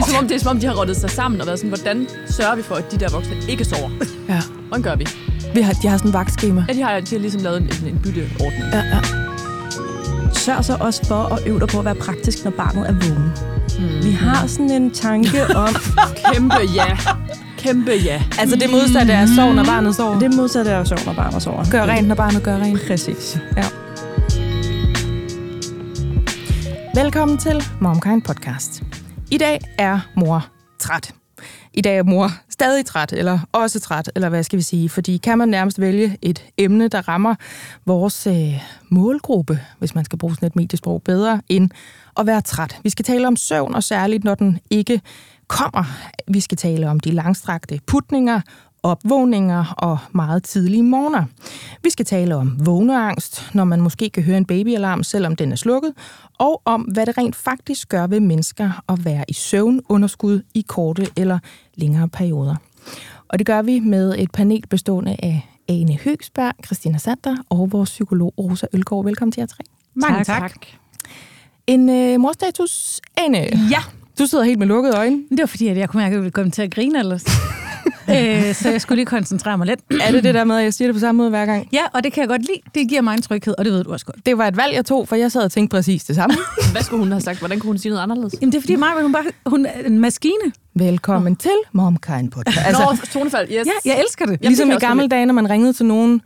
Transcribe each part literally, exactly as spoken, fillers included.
som om, det er som om, de har rottet sig sammen og været sådan, hvordan sørger vi for, at de der voksne ikke sover? Ja. Hvordan gør vi? vi har, de har sådan en vagtskema. Ja, de har, de har ligesom lavet en, en bytteordning. Ja, ja. Sørg så også for at øve dig på at være praktisk, når barnet er vågen. Mm. Vi har sådan en tanke om... Kæmpe ja. Kæmpe ja. Altså det modsatte er sov, når barnet sover. Det modsatte er sov, når barnet sover. Gør rent, når barnet gør rent. Præcis. Ja. Velkommen til MomKind Podcast. I dag er mor træt. I dag er mor stadig træt, eller også træt, eller hvad skal vi sige? Fordi kan man nærmest vælge et emne, der rammer vores øh, målgruppe, hvis man skal bruge sådan et mediesprog, bedre end at være træt. Vi skal tale om søvn, og særligt når den ikke kommer. Vi skal tale om de langstrakte putninger, opvågninger og meget tidlige morgener. Vi skal tale om vågneangst, når man måske kan høre en babyalarm, selvom den er slukket, og om, hvad det rent faktisk gør ved mennesker at være i søvnunderskud i korte eller længere perioder. Og det gør vi med et panel bestående af Ane Høgsberg, Christina Sander og vores psykolog Rosa Ølgaard. Velkommen til jer tre. Mange tak. tak. En øh, morstatus, Ane. Ja. Du sidder helt med lukkede øjne. Det var fordi, at jeg kunne mærke, at jeg ville komme til at grine ellers. øh, så jeg skulle lige koncentrere mig lidt. Er det det der med, at jeg siger det på samme måde hver gang? Ja, og det kan jeg godt lide. Det giver mig en tryghed, og det ved du også godt. Det var et valg, jeg tog, for jeg sad og tænkte præcis det samme. Hvad skulle hun have sagt? Hvordan kunne hun sige noget anderledes? Jamen det er fordi, Maja, hun, bare, hun er en maskine. Velkommen oh. til MomKind Podcast. Altså, Nå, tonefald, yes. Ja, jeg elsker det. Jamen, ligesom det i gamle dage, når man ringede til nogen.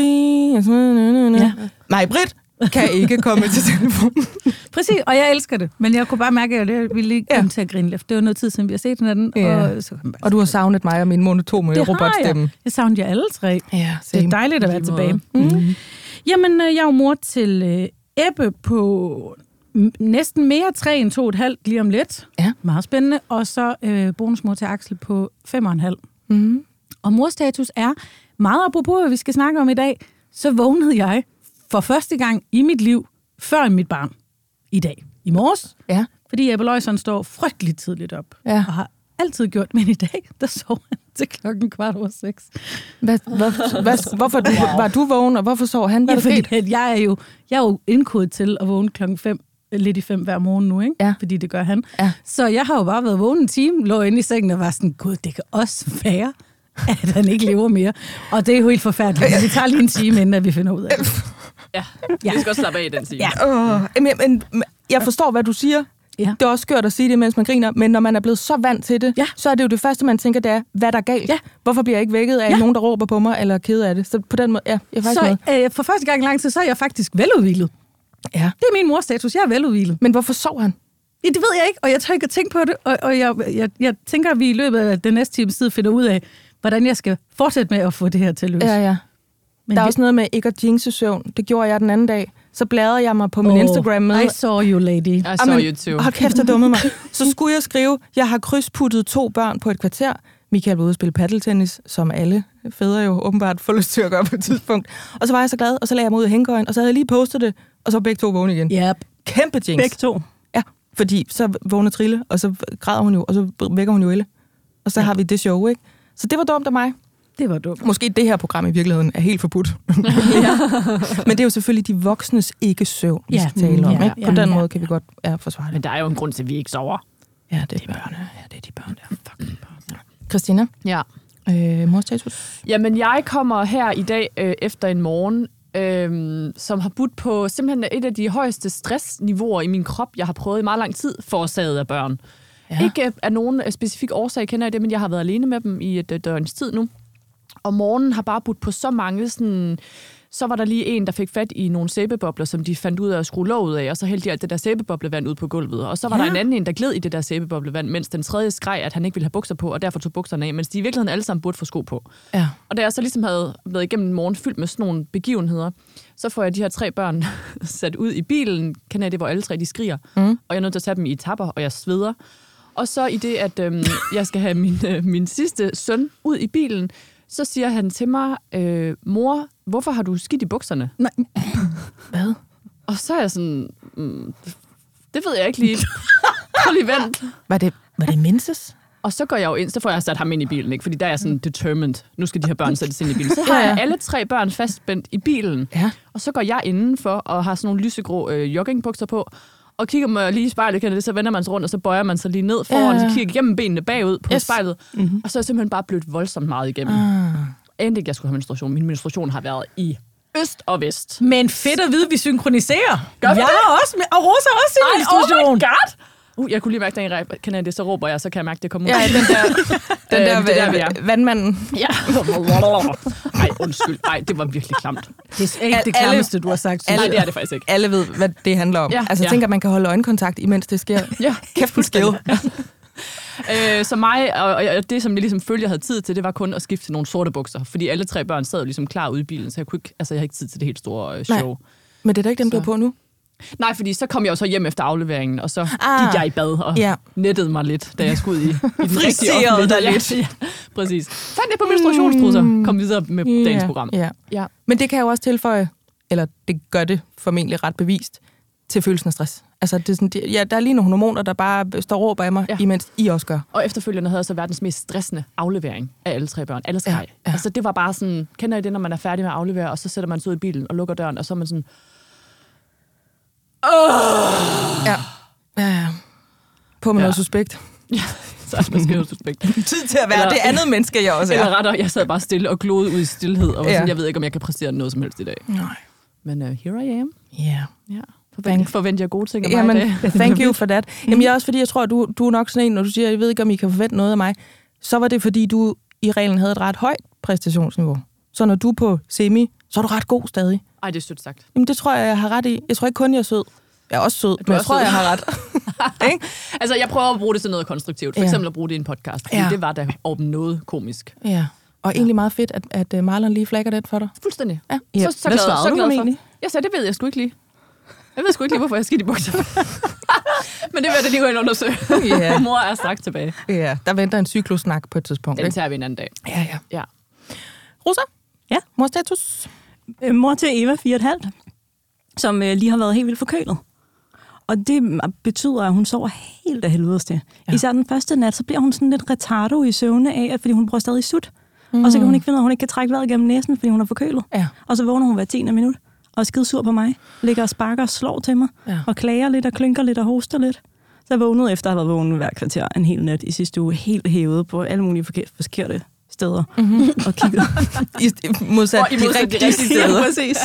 Three... Ja. Nej, Britt kan ikke komme til telefonen. Præcis, og jeg elsker det. Men jeg kunne bare mærke, at jeg ville ikke komme ja. til at grine lidt. Det var noget tid siden, vi har set hinanden. Ja. Og, så kom og du har savnet mig og min monotone robotstemme. Jeg. jeg savnede jer alle tre. Ja, det er dejligt at være tilbage. Mm. Jamen, jeg er jo mor til øh, Ebbe på næsten mere tre end to og et halvt lige om lidt. Ja. Meget spændende. Og så øh, bonusmor til Axel på fem og en halv. Mm. Og morstatus er meget apropos, hvad vi skal snakke om i dag. Så vågnede jeg for første gang i mit liv før mit barn i dag. I morges. Ja. Fordi Ebbe Løjsson står frygteligt tidligt op. Ja. Og har altid gjort, men i dag, der sov han til klokken kvart over seks. Hvad, hvad, hvad, hvorfor du, var du vågen, og hvorfor sov han? Hvad ja, fordi, fordi jeg er jo, jeg er jo indkodet til at vågne klokken fem, lidt i fem hver morgen nu, ikke? Ja. Fordi det gør han. Ja. Så jeg har jo bare været vågen en time, lå inde i sengen og var sådan, gud, det kan også være, at han ikke lever mere. Og det er jo helt forfærdeligt. Vi tager lige en time, inden at vi finder ud af det. Ja, ja. Vi skal også slappe af i den time. Ja. Uh, men, men jeg forstår, hvad du siger. Ja. Det er også skørt at sige det, mens man griner, men når man er blevet så vant til det, ja. så er det jo det første, man tænker, det er, hvad der er galt. Ja. Hvorfor bliver jeg ikke vækket af ja. nogen, der råber på mig, eller ked af det? Så på den måde, ja, jeg er faktisk Så øh, for første gang i lang tid, så er jeg faktisk veludhvilet. Ja. Det er min mors status, jeg er veludvilet. Men hvorfor sov han? Ja, det ved jeg ikke, og jeg tør ikke at tænke på det, og, og jeg, jeg, jeg tænker, at vi i løbet af den næste times tid finder ud af, hvordan jeg skal fortsætte med at få det her til at løse. Ja, ja. Men der er vi... også noget med ikke at jinxe søvn. Det gjorde jeg den anden dag. Så bladrede jeg mig på min oh, Instagram med... I saw you, lady. I saw Amen, you too. Hold kæft, jeg dummede mig. Så skulle jeg skrive, jeg har krydsputtet to børn på et kvarter. Michael var ude at spille paddeltennis, som alle fædre jo åbenbart får lyst til at gøre på et tidspunkt. Og så var jeg så glad, og så lagde jeg mig ud af hængekøjen, og så havde jeg lige postet det, og så var begge to vågne igen. Yep. Kæmpe jinx. Begge to. Ja, fordi så vågner Trille, og så græder hun jo, og så vækker hun jo Elle. Og så ja. har vi det show, ikke? Så det var dumt af mig. Det var dumt. Måske det her program i virkeligheden er helt forbudt. Ja. Men det er jo selvfølgelig de voksnes ikke-søvn, vi ja. skal tale om. Ja, ikke? På ja, den ja. måde kan vi godt ja, forsvare det. Men der er jo en grund til, at vi ikke sover. Ja, det er de børn. Ja, det er de børn der. Fucking børn. Ja. Christina? Ja. Øh, morstatus? Jamen, jeg kommer her i dag øh, efter en morgen, øh, som har budt på simpelthen et af de højeste stressniveauer i min krop, jeg har prøvet i meget lang tid, forårsaget af børn. Ja. Ikke af nogen specifik årsag kender jeg det, men jeg har været alene med dem i et døgns tid nu. Og morgenen har bare budt på så mange sådan... Så var der lige en, der fik fat i nogle sæbebobler, som de fandt ud af at skrue låget af, og så hældte de alt det der sæbeboblevand ud på gulvet. Og så var ja. der en anden en, der gled i det der sæbeboblevand, mens den tredje skreg, at han ikke ville have bukser på, og derfor tog bukserne af, mens de i virkeligheden alle sammen burde få sko på. Ja. Og da jeg så ligesom havde været igennem en morgen fyldt med sådan nogle begivenheder, så får jeg de her tre børn sat ud i bilen, kan jeg det, hvor alle tre de skriger, mm. og jeg er nødt til at tage dem i etapper, og jeg sveder. Og så i det, at øhm, jeg skal have min, øh, min sidste søn ud i bilen, så siger han til mig, øh, mor, hvorfor har du skidt i bukserne? Nej. Hvad? Og så er jeg sådan, mm, det ved jeg ikke lige. Prøv lige vent. Var det, var det minces? Og så går jeg jo ind, så får jeg sat ham ind i bilen, ikke? Fordi der er jeg sådan determined. Nu skal de her børn sættes ind i bilen. Så har jeg alle tre børn fastspændt i bilen. Ja. Og så går jeg indenfor og har sådan nogle lysegrå øh, joggingbukser på. og kigger man lige i spejlet, det, så vender man sig rundt, og så bøjer man sig lige ned foran, ja. Så kigger igennem benene bagud på yes. spejlet, mm-hmm. og så er jeg simpelthen bare blødt voldsomt meget igennem. Ah. Endelig ikke, jeg skulle have menstruation. Min menstruation har været i øst og vest. Men fedt at vide, at vi synkroniserer. Gør vi jeg det? Har også, og Rosa har også sin menstruation. Oh my god! Uh, jeg kunne lige mærke, at kan jeg det, så råber jeg, så kan jeg mærke, det kommer ud. Ja, den der, den der, øh, der, der vandmanden. Ja. Ej, undskyld. Ej, det var virkelig klamt. Det er ikke det klammeste, du har sagt. Alle, Nej, det er det faktisk ikke. Alle ved, hvad det handler om. Ja, altså, jeg ja. tænker, at man kan holde øjenkontakt, imens det sker. Ja, kæft en skill. øh, så mig, og, og det, som jeg ligesom følte, jeg havde tid til, det var kun at skifte til nogle sorte bukser. Fordi alle tre børn sad jo ligesom klar ude i bilen, så jeg kunne ikke, altså, jeg havde ikke tid til det helt store øh, show. Nej. Men det er da ikke dem, du er på nu? Nej, fordi så kom jeg jo så hjem efter afleveringen, og så ah, gik jeg i bad og ja. nettede mig lidt, da jeg skulle ud i, i den rigtige offentlighed. dig lidt. Ja, præcis. Fandt det på menstruationstrusser, kom videre med yeah, dagens program. Yeah. Ja. Men det kan jo også tilføje, eller det gør det formentlig ret bevist, til følelsen af stress. Altså, det er sådan, ja, der er lige nogle hormoner, der bare står og råber af mig, ja. imens I også gør. Og efterfølgende havde jeg så verdens mest stressende aflevering af alle tre børn. Alle skreg. Ja, ja. Altså, det var bare sådan, kender I det, når man er færdig med at aflevere, og så sætter man sig ud i bilen og lukker døren, og så er man sådan... Oh. Ja. ja, ja. På med ja. noget suspekt. Ja, så er man skrevet suspekt. Tid til at være eller, det andet menneske, jeg også er. Eller rettere, jeg sad bare stille og glodede ud i stillhed, og var ja. sådan, jeg ved ikke, om jeg kan præstere noget som helst i dag. Nej. Men uh, here I am. Yeah. Ja. Forvent, forventer jeg gode ting af Jamen, mig i dag. Thank you for that. Jamen, jeg er også fordi, jeg tror, at du, du er nok sådan en, når du siger, jeg ved ikke, om I kan forvente noget af mig, så var det, fordi du i reglen havde et ret højt præstationsniveau. Så når du er på semi, så er du ret god stadig. Ej, det er sødt sagt. Jamen, det tror jeg, jeg har ret i. Jeg tror ikke kun, jeg er sød. Jeg er også sød, men jeg tror, sød. jeg har ret. Altså, jeg prøver at bruge det til noget konstruktivt. For ja. eksempel at bruge det i en podcast. Fordi ja. det var da åben noget komisk. Ja. Og ja. egentlig meget fedt, at, at Marlon lige flagger den for dig. Fuldstændig. Ja. Så, så, så glad, så glad for. Jeg sagde, det ved jeg sgu ikke lige. Jeg ved sgu ikke lige, hvorfor jeg skidt i bukser. Men det vil jeg da lige gå ind og undersøge. Yeah. Mor er straks tilbage. Ja, yeah. Der venter en cyklusnak på et tidspunkt. Den tager vi en anden dag. Ja, ja. ja. Rosa? Ja? Mors status? Mor til Eva, fire og et halvt, som øh, lige har været helt vildt forkølet. Og det betyder, at hun sover helt af helvedes til. Ja. Især den første nat, så bliver hun sådan lidt retardo i søvne af, fordi hun bruger stadig sut. Mm. Og så kan hun ikke finde ud af, at hun ikke kan trække vejret gennem næsen, fordi hun er forkølet. Ja. Og så vågner hun hver tiende minut og er skide sur på mig. Ligger og sparker og slår til mig. Ja. Og klager lidt og klynker lidt og hoster lidt. Så jeg vågnede efter at have været vågnet hver kvarter en hel nat i sidste uge. Helt hævet på alle mulige forkerte, forkerte steder. Mm-hmm. Og kigget. I modsat de rigtige steder. Præcis.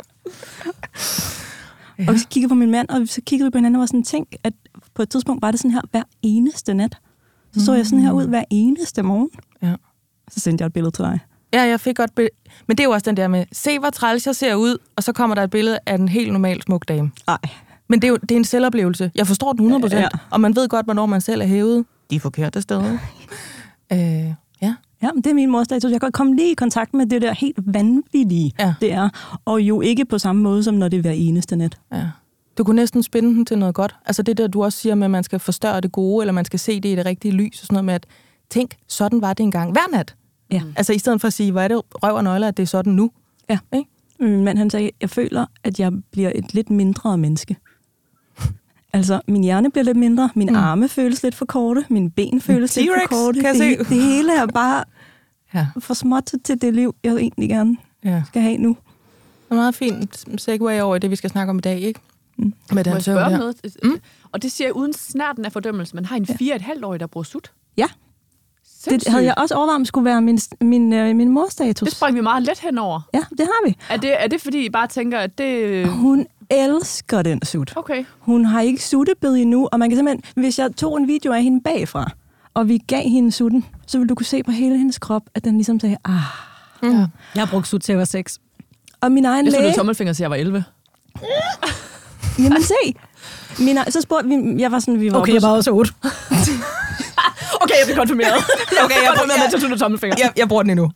Ja. Og vi kiggede på min mand, og så kiggede vi på hinanden og var sådan, tænk, at på et tidspunkt var det sådan her hver eneste nat. Så så jeg sådan her ud hver eneste morgen. Ja. Så sendte jeg et billede til dig. Ja, jeg fik godt billede. Men det er jo også den der med, se hvor træls jeg ser ud, og så kommer der et billede af en helt normal smuk dame. Nej. Men det er jo det er en selvoplevelse. Jeg forstår den hundrede procent, ja. Og man ved godt, hvornår man selv er hævet de forkerte steder. øh, ja. Ja, det er min mors status. Jeg kan komme lige i kontakt med det der helt vanvittige, ja. det er. Og jo ikke på samme måde, som når det er hver eneste nat. Ja. Du kunne næsten spænde den til noget godt. Altså det der, du også siger med, at man skal forstørre det gode, eller man skal se det i det rigtige lys, og sådan noget med, at tænk, sådan var det engang hver nat. Ja. Altså i stedet for at sige, hvor er det røv og nøgler, at det er sådan nu. Ja. Ikke? Min mand, han sagde, jeg føler, at jeg bliver et lidt mindre menneske. Altså, min hjerne bliver lidt mindre, mine mm. arme føles lidt for korte, mine ben føles T-Rex, lidt for korte. Kan det, det hele er bare ja. for småt til det liv, jeg egentlig gerne ja. skal have nu. Det er meget fint segue over i det, vi skal snakke om i dag, ikke? Mm. Med den søvn her. Noget? Mm? Og det siger jeg uden snærten af fordømmelse, men har en fire og et halvt årig, der bruger sut? Ja. Sindssygt. Det havde jeg også overvejet, om skulle være min, min, øh, min morstatus. Det sprang vi meget let henover. Ja, det har vi. Er det, er det fordi, I bare tænker, at det... Hun elsker den sut. Okay. Hun har ikke suttebid endnu, og man kan simpelthen, hvis jeg tog en video af hende bagfra, og vi gav hende sutten, så ville du kunne se på hele hendes krop, at den ligesom sagde, ah. Mm. Ja. Jeg har brugt sut til at være seks. Og min egen jeg læge... Jeg så tommelfinger til, jeg var elleve. Jamen se. Min, så spurgte vi, jeg var sådan, vi var... Okay, jeg var også otte. Okay, jeg blev konfirmeret. Okay, jeg bruger med til at tommelfinger. Jeg, jeg bruger den endnu.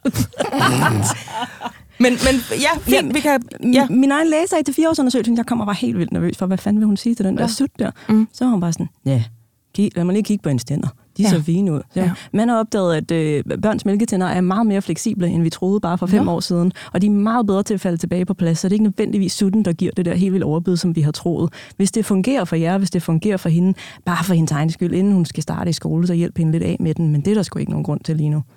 men, men ja, fint, ja, vi kan... Ja. Min egen læge sagde til fireårsundersøgelsen, jeg kommer bare helt vildt nervøs for, hvad fanden vil hun sige til den der ja. sut der? Mm. Så var hun bare sådan, ja, lad mig lige kigge på hendes tænder. De er ja. så fine ud. Så, ja. Man har opdaget, at øh, børns mælketænder er meget mere fleksible, end vi troede bare for fem ja. år siden. Og de er meget bedre til at falde tilbage på plads, så det er ikke nødvendigvis sutten, der giver det der helt vildt overbid, som vi har troet. Hvis det fungerer for jer, hvis det fungerer for hende, bare for hendes egen skyld, inden hun skal starte i skole, så hjælp hende lidt af med den. Men det er der sgu ikke nogen grund til lige nu.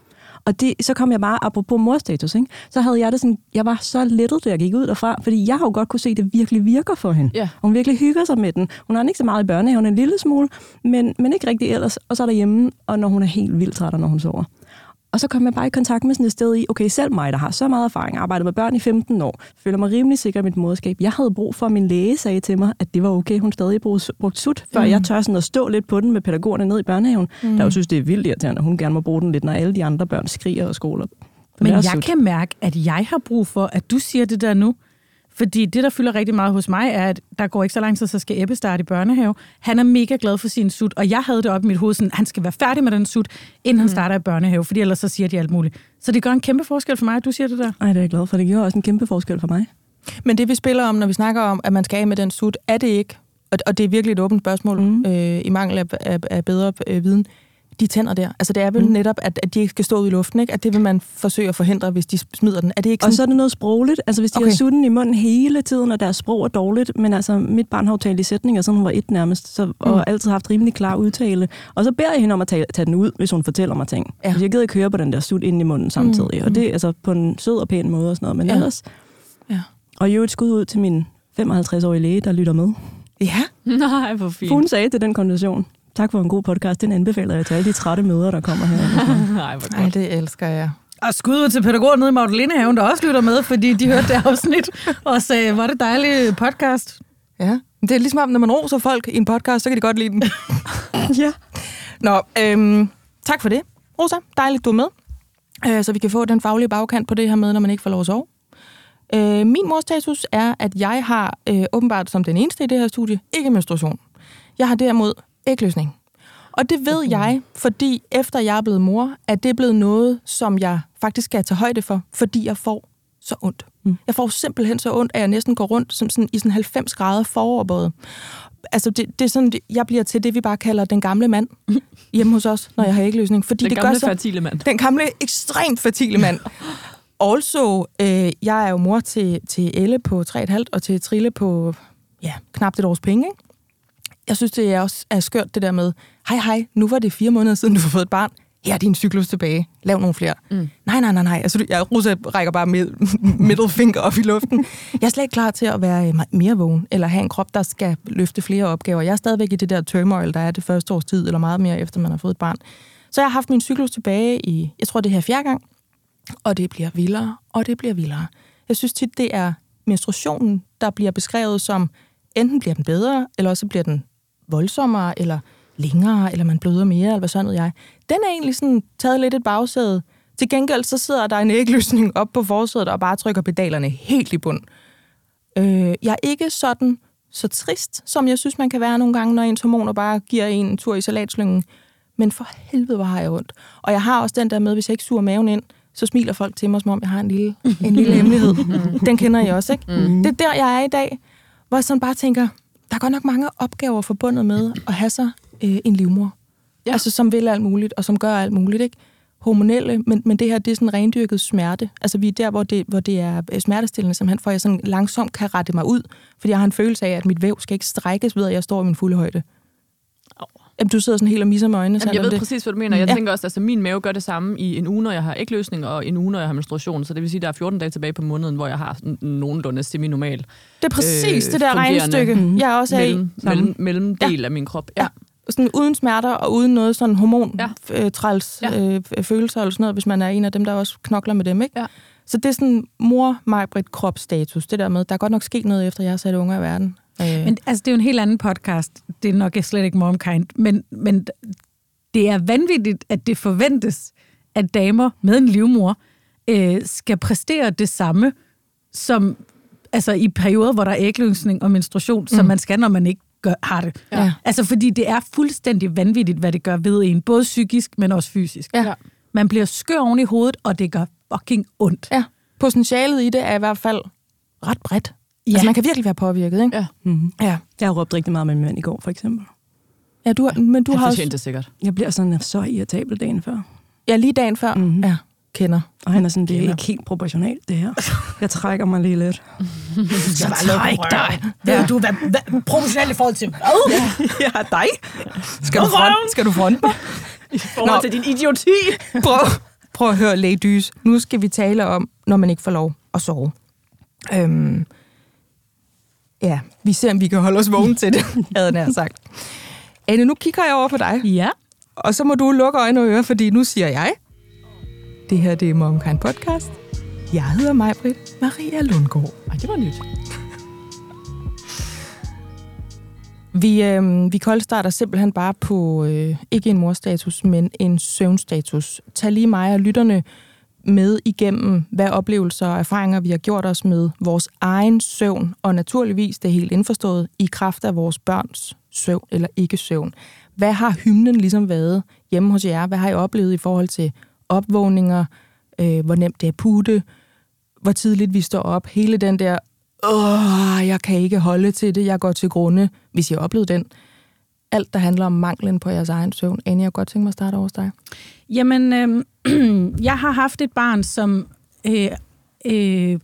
Og det, så kom jeg bare, apropos morstatus, ikke? Så havde jeg det sådan, jeg var så lettet, da jeg gik ud derfra, fordi jeg har jo godt kunne se, at det virkelig virker for hende. Ja. Hun virkelig hygger sig med den. Hun har den ikke så meget i børnehaven, en lille smule, men, men ikke rigtig ellers. Og så er der hjemme, og når hun er helt vildt træt, når hun sover. Og så kom jeg bare i kontakt med sådan et sted i, okay, selv mig, der har så meget erfaring, arbejdet med børn i femten år, føler mig rimelig sikker i mit moderskab. Jeg havde brug for, at min læge sagde til mig, at det var okay, hun stadig brugte sut, før mm. jeg tør sådan at stå lidt på den med pædagogerne ned i børnehaven, mm. der jo synes, det er vildt irriterende, at hun gerne må bruge den lidt, når alle de andre børn skriger og skåler. Men jeg sut. Kan mærke, at jeg har brug for, at du siger det der nu. Fordi det, der fylder rigtig meget hos mig, er, at der går ikke så lang tid, så skal Ebbe starte i børnehave. Han er mega glad for sin sut, og jeg havde det op i mit hoved, sådan, han skal være færdig med den sut, inden mm. han starter i børnehave, fordi ellers så siger de alt muligt. Så det gør en kæmpe forskel for mig, at du siger det der. Ej, det er jeg glad for. Det gjorde også en kæmpe forskel for mig. Men det, vi spiller om, når vi snakker om, at man skal af med den sut, er det ikke, og det er virkelig et åbent spørgsmål, mm. øh, i mangel af, af, af bedre øh, viden, de tænder der. Altså det er vel mm. netop, at, at de ikke skal stå ud i luften, ikke? At det vil man forsøge at forhindre, hvis de smider den. Er det ikke sådan? Og så er det noget sprogligt. Altså hvis de okay. har sutten i munden hele tiden, og deres sprog er dårligt, men altså mit barn har jo talt i sætninger, siden hun var et nærmest, så, og mm. altid haft rimelig klar udtale. Og så beder jeg hende om at tage, tage den ud, hvis hun fortæller mig ting. Ja. Hvis jeg gider ikke høre på den der sut inde i munden samtidig. Mm. Og det er altså på en sød og pæn måde og sådan noget. Men ja. ellers... Ja. Og jo et skud ud til min femoghalvtreds-årige læge, der lytter med. Ja. Nej, hvor fint. Hun sagde til den konversation: tak for en god podcast. Den anbefaler jeg til alle de trætte møder, der kommer her. Nej, hvor godt. Ej, det elsker jeg. Og skud ud til pædagoger nede i Magdalénehaven, der også lytter med, fordi de hørte det afsnit og sagde, hvor er det dejlig podcast. Ja, det er ligesom, når man roser folk i en podcast, så kan de godt lide den. Ja. Nå, øhm, tak for det, Rosa. Dejligt, du er med. Øh, så vi kan få den faglige bagkant på det her med, når man ikke får lov at sove. Øh, min morstatus er, at jeg har øh, åbenbart som den eneste i det her studie ikke menstruation. Jeg har derimod ægløsning. Og det ved jeg, fordi efter jeg er blevet mor, at det er blevet noget, som jeg faktisk skal tage højde for, fordi jeg får så ondt. Mm. Jeg får simpelthen så ondt, at jeg næsten går rundt som sådan, i sådan halvfems grader foroverbøjet. Altså, det, det er sådan, jeg bliver til det, vi bare kalder den gamle mand hjemme hos os, når jeg har ægløsning. Fordi den det gamle gør så, fertile mand. Den gamle, ekstremt fertile mand. Also, øh, jeg er jo mor til, til Elle på tre komma fem og til Trille på ja, knap et års penge, ikke? Jeg synes, det er også er skørt, det der med, hej, hej, nu var det fire måneder siden, du har fået et barn. Her er din cyklus tilbage. Lav nogle flere. Mm. Nej, nej, nej, nej. Altså, jeg Rosa rækker bare middle finger op i luften. Jeg er slet ikke klar til at være mere vågen, eller have en krop, der skal løfte flere opgaver. Jeg er stadigvæk i det der turmoil, der er det første års tid, eller meget mere, efter man har fået et barn. Så jeg har haft min cyklus tilbage i, jeg tror, det her fjerde gang, og det bliver vildere, og det bliver vildere. Jeg synes tit, det er menstruationen, der bliver beskrevet som, enten bliver den bedre, eller også bliver den voldsommere, eller længere, eller man bløder mere, eller hvad sådan noget jeg. Den er egentlig sådan taget lidt et bagsæde. Til gengæld så sidder der en ægløsning op på forsædet, og bare trykker pedalerne helt i bund. Øh, jeg er ikke sådan så trist, som jeg synes, man kan være nogle gange, når ens hormoner bare giver en, en tur i salatslyngen. Men for helvede, hvor har jeg ondt. Og jeg har også den der med, hvis jeg ikke suger maven ind, så smiler folk til mig, som om jeg har en lille, en lille hemmelighed. Den kender I også, ikke? Mm. Det er der, jeg er i dag, hvor jeg sådan bare tænker, der er godt nok mange opgaver forbundet med at have sig øh, en livmor. Ja. Altså, som vil alt muligt, og som gør alt muligt, ikke? Hormonelle, men, men det her, det er sådan rendyrket smerte. Altså, vi er der, hvor det, hvor det er smertestillende, simpelthen, for jeg sådan langsomt kan rette mig ud, fordi jeg har en følelse af, at mit væv skal ikke strækkes ved, at jeg står i min fulde højde. Jamen, du sidder sådan helt og misser med øjnene. Jamen, jeg ved det. præcis, hvad du mener. Jeg ja. tænker også, at altså, min mave gør det samme i en uge, når jeg har ægløsning, og en uge, når jeg har menstruation. Så det vil sige, at der er fjorten dage tilbage på måneden, hvor jeg har nogenlunde semi-normal. Det er præcis øh, det der regnestykke, mm-hmm. jeg også er mellem, i. Mellem, mellem del ja. af min krop. Ja. ja. Sådan uden smerter og uden noget sådan hormontræls ja. øh, følelser eller sådan noget, hvis man er en af dem, der også knokler med dem, ikke? Ja. Så det er sådan mor-mig-Britt kropsstatus, det der med, der er godt nok sket noget, efter jeg har sat unger i verden. Men altså, det er jo en helt anden podcast. Det er nok slet ikke MomKind. Men, men det er vanvittigt, at det forventes, at damer med en livmor øh, skal præstere det samme, som altså i perioder, hvor der er ægløsning og menstruation, mm. som man skal, når man ikke gør, har det. Ja. Altså, fordi det er fuldstændig vanvittigt, hvad det gør ved en. Både psykisk, men også fysisk. Ja. Man bliver skør oven i hovedet, og det gør fucking ondt. Ja. Potentialet i det er i hvert fald ret bredt. Ja. Altså, man kan virkelig være påvirket, ikke? Ja. Mm-hmm. Ja. Jeg har råbt rigtig meget med min mand i går, for eksempel. Ja, du har, men du jeg har også... det sikkert. Jeg bliver sådan så irritabel dagen før. Ja, lige dagen før. Mm-hmm. Ja, kender. Og han er sådan, det er ikke helt proportionalt, det her. Jeg trækker mig lige lidt. Du skal bare trække dig. Ja. Ved du, hvad, hvad proportionalt i forhold til hvad? Ja, ja dig. Skal du, front, skal du fronte mig? I forhold til din idioti. Prøv. prøv at høre, ladies. Nu skal vi tale om, når man ikke får lov at sove. Øhm, ja, vi ser, om vi kan holde os vågne til det, havde jeg sagt. Anne, nu kigger jeg over på dig. Ja. Og så må du lukke øjne og øre, fordi nu siger jeg, det her det er MomKind Podcast. Jeg hedder Maj-Britt Maria Lundgaard. Ej, det var nyt. Vi, øh, vi koldstarter simpelthen bare på, øh, ikke en morstatus, men en søvnstatus. Tag lige mig og lytterne med igennem, hvad oplevelser og erfaringer vi har gjort os med vores egen søvn, og naturligvis, det er helt indforstået, i kraft af vores børns søvn eller ikke søvn. Hvad har hymnen ligesom været hjemme hos jer? Hvad har I oplevet i forhold til opvågninger? Øh, hvor nemt det er at putte? Hvor tidligt vi står op? Hele den der, åh, jeg kan ikke holde til det, jeg går til grunde, hvis I har oplevet den. Alt, der handler om manglen på jeres egen søvn. Annie, jeg kunne godt tænke mig at starte over hos dig. Jamen, øh, jeg har haft et barn, som øh, øh,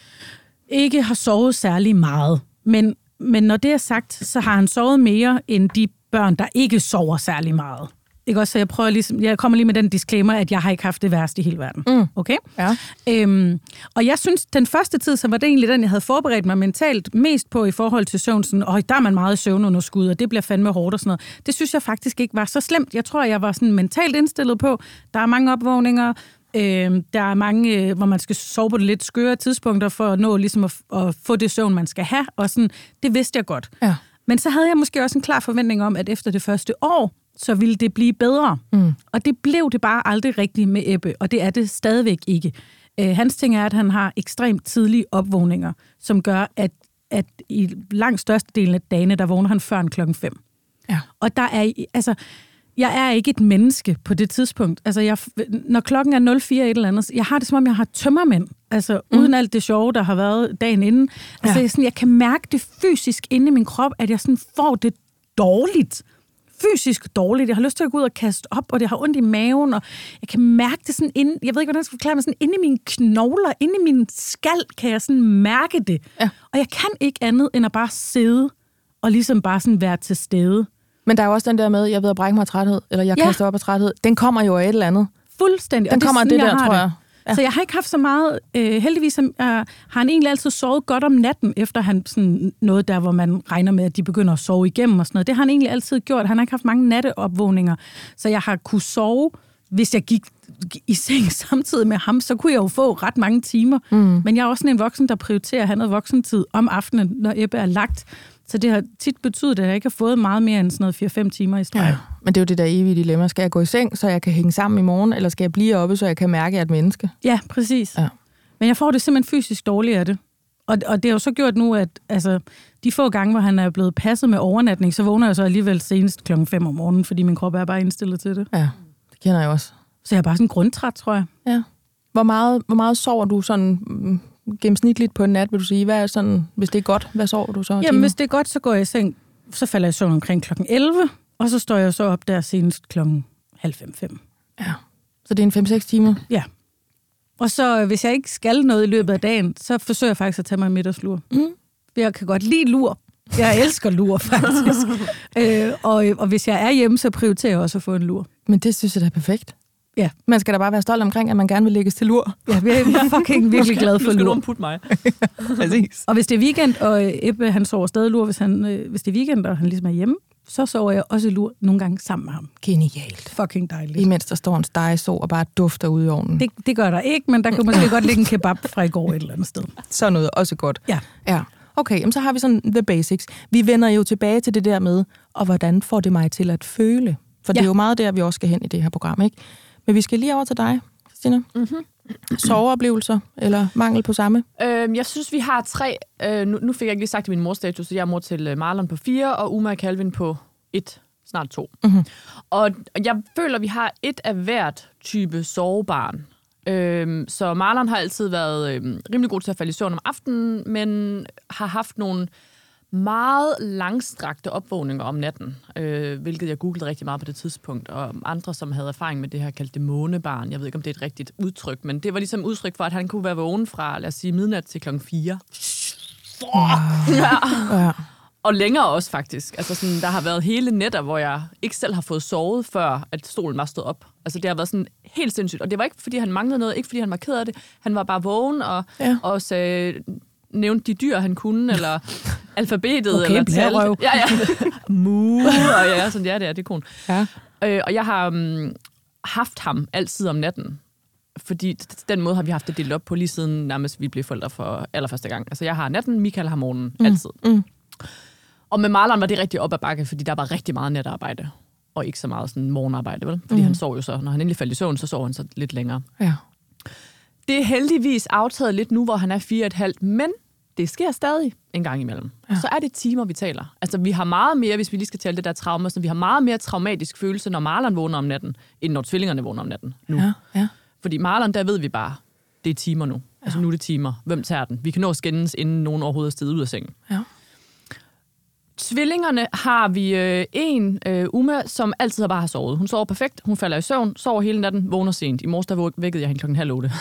ikke har sovet særlig meget. Men, men når det er sagt, så har han sovet mere end de børn, der ikke sover særlig meget. Ikke også? Så jeg prøver ligesom, jeg kommer lige med den disclaimer, at jeg har ikke haft det værste i hele verden. Mm. Okay? Ja. Øhm, og jeg synes, den første tid, så var det egentlig den, jeg havde forberedt mig mentalt mest på i forhold til søvn. Sådan, og der er man meget i søvnunderskud, og det bliver fandme hårdt og sådan noget. Det synes jeg faktisk ikke var så slemt. Jeg tror, jeg var sådan mentalt indstillet på. Der er mange opvågninger. Øh, der er mange, øh, hvor man skal sove på det lidt skøre tidspunkter for at nå ligesom at, at få det søvn, man skal have. Og sådan, det vidste jeg godt. Ja. Men så havde jeg måske også en klar forventning om, at efter det første år, så ville det blive bedre. Mm. Og det blev det bare aldrig rigtigt med Ebbe, og det er det stadigvæk ikke. Øh, hans ting er, at han har ekstremt tidlige opvågninger, som gør, at, at i langt størstedelen af dagene, der vågner han før klokken fem. Ja. Og der er, altså, jeg er ikke et menneske på det tidspunkt. Altså, jeg, når klokken er nul fire et eller andet, jeg har det som om, jeg har tømmermænd. Altså, mm. uden alt det sjove, der har været dagen inden. Altså, ja. jeg, sådan, jeg kan mærke det fysisk inde i min krop, at jeg sådan får det dårligt. Fysisk dårligt. Jeg har lyst til at gå ud og kaste op, og det har ondt i maven, og jeg kan mærke det sådan inde, jeg ved ikke, hvordan jeg skal forklare mig, sådan inde i mine knogler, inde i min skal, kan jeg sådan mærke det. Ja. Og jeg kan ikke andet, end at bare sidde, og ligesom bare sådan være til stede. Men der er jo også den der med, jeg ved at brække mig af træthed, eller jeg ja. kaster op af træthed. Den kommer jo af et eller andet. Fuldstændig. Den og det kommer af sådan, det der, jeg tror jeg. Ja. Så jeg har ikke haft så meget, øh, heldigvis øh, har han egentlig altid sovet godt om natten, efter han sådan noget der, hvor man regner med, at de begynder at sove igennem og sådan noget. Det har han egentlig altid gjort. Han har ikke haft mange natteopvågninger, så jeg har kunne sove, hvis jeg gik i seng samtidig med ham, så kunne jeg jo få ret mange timer. Mm. Men jeg er også sådan en voksen, der prioriterer at have noget voksentid om aftenen, når Ebbe er lagt. Så det har tit betydet, at jeg ikke har fået meget mere end sådan noget fire fem timer i streg. Ja, men det er jo det der evige dilemma. Skal jeg gå i seng, så jeg kan hænge sammen i morgen, eller skal jeg blive oppe, så jeg kan mærke, at jeg er et menneske? Ja, præcis. Ja. Men jeg får det simpelthen fysisk dårligt af det. Og, og det har jo så gjort nu, at altså, de få gange, hvor han er blevet passet med overnatning, så vågner jeg så alligevel senest klokken fem om morgenen, fordi min krop er bare indstillet til det. Ja, det kender jeg også. Så jeg er bare sådan grundtræt, tror jeg. Ja. Hvor meget, hvor meget sover du sådan mm, gennemsnitligt på en nat, vil du sige? Hvad er sådan, hvis det er godt, hvad sover du så? Jamen, timer? hvis det er godt, så går jeg i seng. Så falder jeg i søvn omkring klokken elleve, og så står jeg så op der senest klokken halv fem, fem. Ja, så det er en fem seks timer? Ja. Og så, hvis jeg ikke skal noget i løbet af dagen, så forsøger jeg faktisk at tage mig en middagslur. Mm. Jeg kan godt lide lur. Jeg elsker lur, faktisk. øh, og, og hvis jeg er hjemme, så prioriterer jeg også at få en lur. Men det synes jeg da er perfekt. Ja. Man skal da bare være stolt omkring, at man gerne vil lægges til lur. Ja, jeg er fucking virkelig glad for lur. Nu skal nogen putte mig. Præcis. Og hvis det er weekend, og Ebbe, han sover stadig lur, hvis, han, øh, hvis det er weekend, og han ligesom er hjemme, så sover jeg også lur nogle gange sammen med ham. Genialt. Fucking dejligt. Imens der står en stegeså og bare dufter ude i ovnen. Det, det gør der ikke, men der kunne måske godt ligge en kebab fra i går et eller andet sted. Så noget også godt. Ja. Ja. Okay, jamen så har vi sådan the basics. Vi vender jo tilbage til det der med, og hvordan får det mig til at føle? For ja. Det er jo meget der, vi også skal hen i det her program, ikke? Men vi skal lige over til dig, Christina. Mm-hmm. Soveoplevelser, eller mangel på samme? Øhm, jeg synes, vi har tre. Øh, nu, nu fik jeg ikke lige sagt min morstatus, så jeg er mor til Marlon på fire, og Uma og Calvin på et, snart to. Mm-hmm. Og jeg føler, vi har et af hvert type sovebarn. Øhm, så Marlon har altid været øhm, rimelig god til at falde i søvn om aftenen, men har haft nogle meget langstrakte opvågninger om natten, øh, hvilket jeg googlede rigtig meget på det tidspunkt, og andre, som havde erfaring med det her, kaldte det månebarn. Jeg ved ikke, om det er et rigtigt udtryk, men det var ligesom udtryk for, at han kunne være vågen fra, lad os sige, midnat til klokken fire. Wow. Ja. Ja. Og længere også, faktisk. Altså, sådan, der har været hele nætter, hvor jeg ikke selv har fået sovet, før at stolen var stået op. Altså, det har været sådan helt sindssygt. Og det var ikke, fordi han manglede noget, ikke fordi han var ked af det. Han var bare vågen og, ja. og sagde, nævnte de dyr, han kunne, eller alfabetet, okay, eller tal. Ja, ja. Mu, og ja, sådan, ja, det er, det er kun. Ja. Øh, og jeg har um, haft ham altid om natten. Fordi den måde har vi haft det delt op på, lige siden nærmest vi blev forældre for allerførste gang. Altså, jeg har natten, Michael har morgenen, mm. altid. Mm. Og med Marlon var det rigtig op ad bakke, fordi der var rigtig meget natarbejde, og ikke så meget sådan morgenarbejde, vel? Fordi mm. han sov jo så, når han endelig faldt i søvn, så sov han så lidt længere. Ja. Det er heldigvis aftaget lidt nu, hvor han er fire og et halvt, men det sker stadig en gang imellem. Ja. Så er det timer, vi taler. Altså, vi har meget mere, hvis vi lige skal tale det der traumer, så vi har meget mere traumatisk følelse, når Marlon vågner om natten, end når tvillingerne vågner om natten nu. Ja, ja. Fordi Marlon, der ved vi bare, det er timer nu. Ja. Altså, nu er det timer. Hvem tager den? Vi kan nå at skændes, inden nogen overhovedet er steget ud af sengen. Ja. Tvillingerne har vi øh, en, øh, Uma, som altid bare har sovet. Hun sover perfekt, hun falder i søvn, sover hele natten, vågner sent. I morges der vækkede jeg hende klokken halv otte.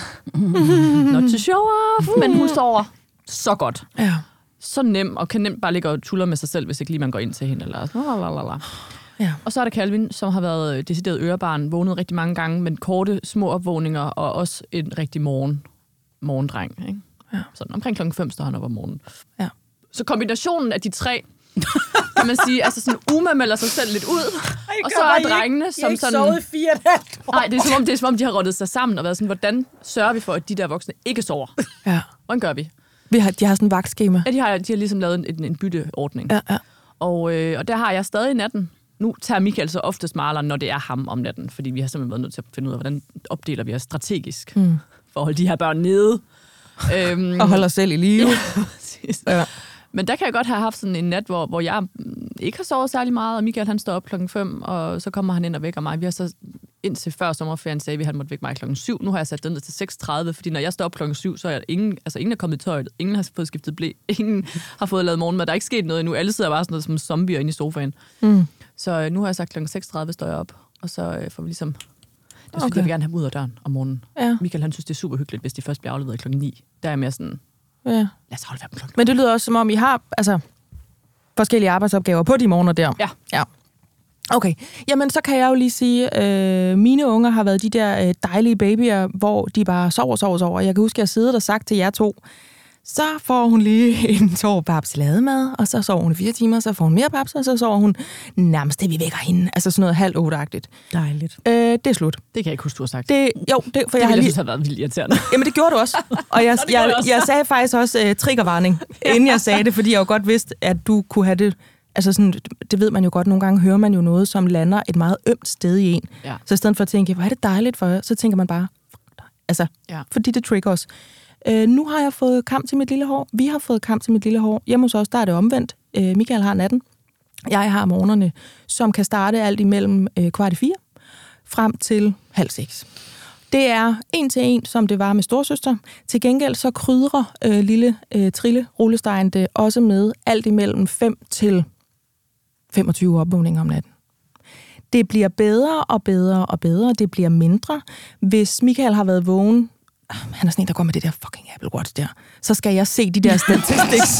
Not to show off, men hun sover så godt. Ja. Så nem, og kan nemt bare ligge og tuller med sig selv, hvis ikke lige man går ind til hende. Eller sådan. Ja. Og så er der Calvin, som har været decideret ørebarn, vågnet rigtig mange gange, men korte, små opvågninger, og også en rigtig morgen, morgendreng. Ikke? Ja. Sådan omkring klokken fem står han op om morgenen. Ja. Så kombinationen af de tre, kan man sige, altså sådan Uma melder sig selv lidt ud, Ej, og så er drengene, som ikke sådan... sovet fire et halvt år. Nej, det er, som om, det er som om, de har rottet sig sammen og været sådan, hvordan sørger vi for, at de der voksne ikke sover? Ja. Hvordan gør vi? vi har, de har sådan en vagtskema. Ja, de har, de har ligesom lavet en, en bytteordning. Ja, ja. Og, øh, og der har jeg stadig natten. Nu tager Michael så oftest Marlon, når det er ham om natten, fordi vi har simpelthen været nødt til at finde ud af, hvordan opdeler vi os strategisk mm. for at holde de her børn nede. øhm, og holde os selv i live. Ja, præcis. Ja. Men der kan jeg godt have haft sådan en nat, hvor, hvor jeg ikke har sovet særlig meget, og Michael han står op klokken fem, og så kommer han ind og vækker mig. Vi har så indtil før sommerferien sagde vi, at han måtte vække mig klokken syv. Nu har jeg sat den ned til seks tredive, fordi når jeg står op klokken syv, så er ingen, altså ingen er kommet i tøjet, ingen har fået skiftet ble, ingen har fået lavet morgenmad, der er ikke sket noget endnu. Alle sidder bare sådan noget som zombier inde i sofaen. Mm. Så øh, nu har jeg sagt klokken seks tredive står jeg op, og så øh, får vi ligesom... Det okay. Jeg vil gerne have dem ud af døren om morgenen. Ja. Michael han synes, det er super hyggeligt, hvis de først bliver afleveret klokken ni. Der er jeg mere sådan... Ja. Lad os holde dem klokken. Men det lyder også, som om I har altså, forskellige arbejdsopgaver på de morgener der. Ja. Ja. Okay. Jamen, så kan jeg jo lige sige, øh, mine unger har været de der øh, dejlige babyer, hvor de bare sover, sover, sover. Jeg kan huske, at jeg sidder og sagt til jer to, så får hun lige en tår babs lademad, og så sover hun i fire timer, så får hun mere babs, og så sover hun nærmest det, vi vækker hende. Altså sådan noget halv otte-agtigt. Dejligt. Øh, det er slut. Det kan jeg ikke huske, du har sagt. Det, jo, det, for det jeg har lige... lige... have været vildt irriterende. Jamen, det gjorde du også. Og jeg, Nå, jeg, også. jeg sagde faktisk også uh, triggervarning, inden jeg sagde det, fordi jeg jo godt vidste, at du kunne have det... Altså sådan, det ved man jo godt, nogle gange hører man jo noget, som lander et meget ømt sted i en. Ja. Så i stedet for at tænke, hvor er det dejligt for jer, så tænker man bare, fuck dig. Altså, ja. Fordi det trigger os. Uh, nu har jeg fået kamp til mit lille hår. Vi har fået kamp til mit lille hår. Hjemme hos os, der er det omvendt. Uh, Michael har natten. Jeg har morgenerne, som kan starte alt imellem uh, kvart i fire, frem til halv seks. Det er en til en, som det var med storsøster. Til gengæld så krydrer uh, lille uh, Trille rullestein det også med alt imellem fem til femogtyve opvågninger om natten. Det bliver bedre og bedre og bedre. Det bliver mindre. Hvis Michael har været vågen, han er sådan en, der går med det der fucking Apple Watch der, så skal jeg se de der statistics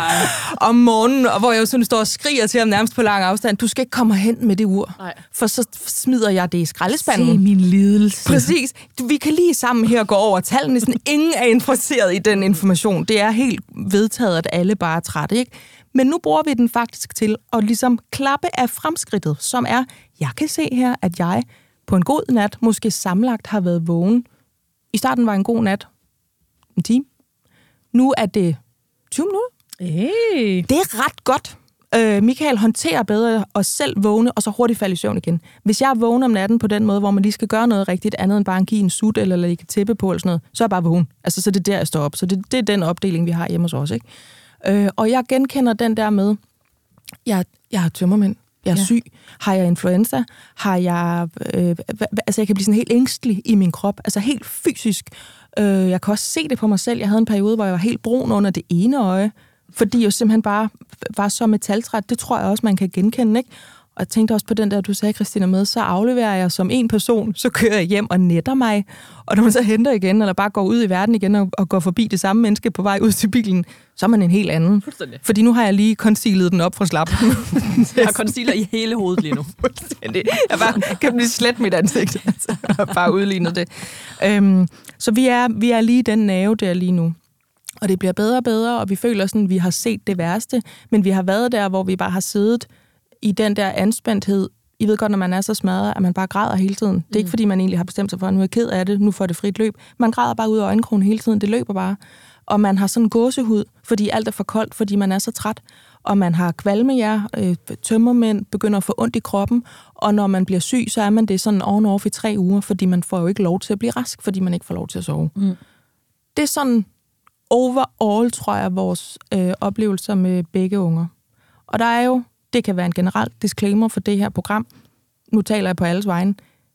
om morgenen, hvor jeg jo sådan står og skriger til ham nærmest på lang afstand, du skal ikke komme hen med det ur, Nej. For så smider jeg det i skraldespanden. Se min lidelse. Præcis. Vi kan lige sammen her gå over tallene. Sådan, ingen er interesseret i den information. Det er helt vedtaget, at alle bare er trætte, ikke? Men nu bruger vi den faktisk til at ligesom klappe af fremskridtet, som er, jeg kan se her, at jeg på en god nat måske sammenlagt har været vågen. I starten var en god nat en time. Nu er det tyve minutter. Hey. Det er ret godt. Øh, Michael håndterer bedre os selv vågne, og så hurtigt falde i søvn igen. Hvis jeg vågner om natten på den måde, hvor man lige skal gøre noget rigtigt, andet end bare at give en sut eller lægge tæppe på, eller sådan noget, så er jeg bare vågen. Altså, så det er der, jeg står op. Så det, det er den opdeling, vi har hjemme hos os, ikke? Øh, og jeg genkender den der med, jeg, jeg har tømmermænd, jeg er ja. syg, har jeg influenza, har jeg, øh, altså jeg kan blive sådan helt ængstelig i min krop, altså helt fysisk. Øh, jeg kan også se det på mig selv. Jeg havde en periode, hvor jeg var helt brun under det ene øje, fordi jeg simpelthen bare var så metaltræt. Det tror jeg også, man kan genkende, ikke? Og jeg tænkte også på den der, du sagde, Christina, med, så afleverer jeg som en person, så kører jeg hjem og netter mig, og når man så henter igen, eller bare går ud i verden igen og, og går forbi det samme menneske på vej ud til bilen, så er man en helt anden. Fordi nu har jeg lige concealet den op fra slappen. Jeg har concealer i hele hovedet lige nu. Jeg bare, kan blive slet mit ansigt. Altså, jeg har bare udlignet det. Øhm, så vi er, vi er lige den nerve der lige nu. Og det bliver bedre og bedre, og vi føler sådan, at vi har set det værste, men vi har været der, hvor vi bare har siddet i den der anspændthed. I ved godt, når man er så smadret, at man bare græder hele tiden. Det er ikke, fordi man egentlig har bestemt sig for, at nu er jeg ked af det, nu får det frit løb. Man græder bare ud af øjenkrogen hele tiden, det løber bare. Og man har sådan en gåsehud, fordi alt er for koldt, fordi man er så træt. Og man har kvalmehjær, øh, tømmermænd, begynder at få ondt i kroppen. Og når man bliver syg, så er man det sådan on-off i tre uger, fordi man får jo ikke lov til at blive rask, fordi man ikke får lov til at sove. Mm. Det er sådan overall, tror jeg, vores øh, oplevelser med begge unger. Og der er jo, det kan være en generel disclaimer for det her program. Nu taler jeg på alles vegne.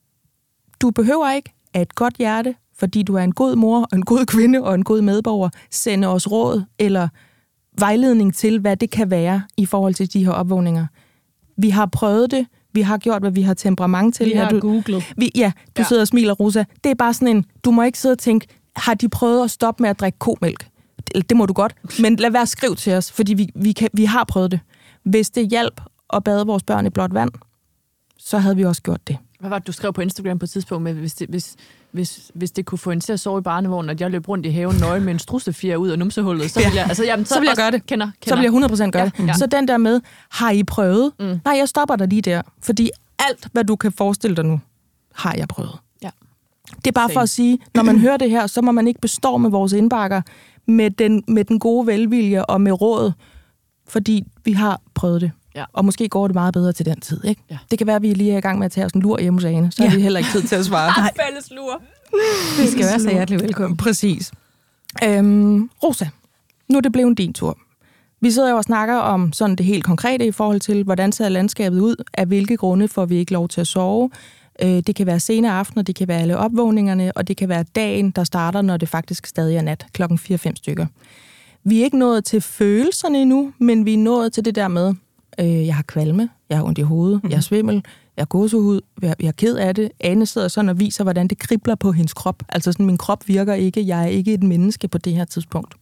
Du behøver ikke af et godt hjerte, fordi du er en god mor, og en god kvinde og en god medborger, sende os råd eller vejledning til, hvad det kan være i forhold til de her opvågninger. Vi har prøvet det. Vi har gjort, hvad vi har temperament til. Vi har du, googlet. Vi, ja, du ja. sidder og smiler, Rosa. Det er bare sådan en, du må ikke sidde og tænke, har de prøvet at stoppe med at drikke komælk? Det, det må du godt, men lad være at skrive til os, fordi vi, vi, kan, vi har prøvet det. Hvis det hjalp at bade vores børn i blåt vand, så havde vi også gjort det. Hvad var det, du skrev på Instagram på et tidspunkt med, hvis det, hvis, hvis, hvis det kunne få en til at sove i barnevognen, at jeg løb rundt i haven nøgen med en strussefjer ud af numsehullet, så vil jeg, altså, jamen, så, så vil jeg gøre det. Kender, kender. Så vil jeg hundrede procent gøre ja, det. Ja. Så den der med, har I prøvet? Mm. Nej, jeg stopper dig lige der, fordi alt, hvad du kan forestille dig nu, har jeg prøvet. Ja. Det er bare Same. For at sige, når man hører det her, så må man ikke bestå med vores indbakker, med den, med den gode velvilje og med råd, fordi vi har prøvet det. Ja. Og måske går det meget bedre til den tid, ikke? Ja. Det kan være, at vi lige er i gang med at tage os en lur hjemme hos Ane, så ja. Har vi heller ikke tid til at svare. Nej, fælles lur. Vi skal være så hjertelig velkommen. Præcis. Øhm, Rosa, nu er det blevet din tur. Vi sidder jo og snakker om sådan det helt konkrete i forhold til, hvordan ser landskabet ud, af hvilke grunde får vi ikke lov til at sove. Det kan være sene aftener, det kan være alle opvågningerne, og det kan være dagen, der starter, når det faktisk stadig er nat, klokken fire fem stykker. Vi er ikke nået til følelserne endnu, men vi er nået til det der med, øh, jeg har kvalme, jeg har ondt i hovedet, mm. jeg har svimmel, jeg har gåsehud, jeg er ked af det. Ane sidder sådan og viser, hvordan det kribler på hendes krop. Altså sådan, min krop virker ikke, jeg er ikke et menneske på det her tidspunkt.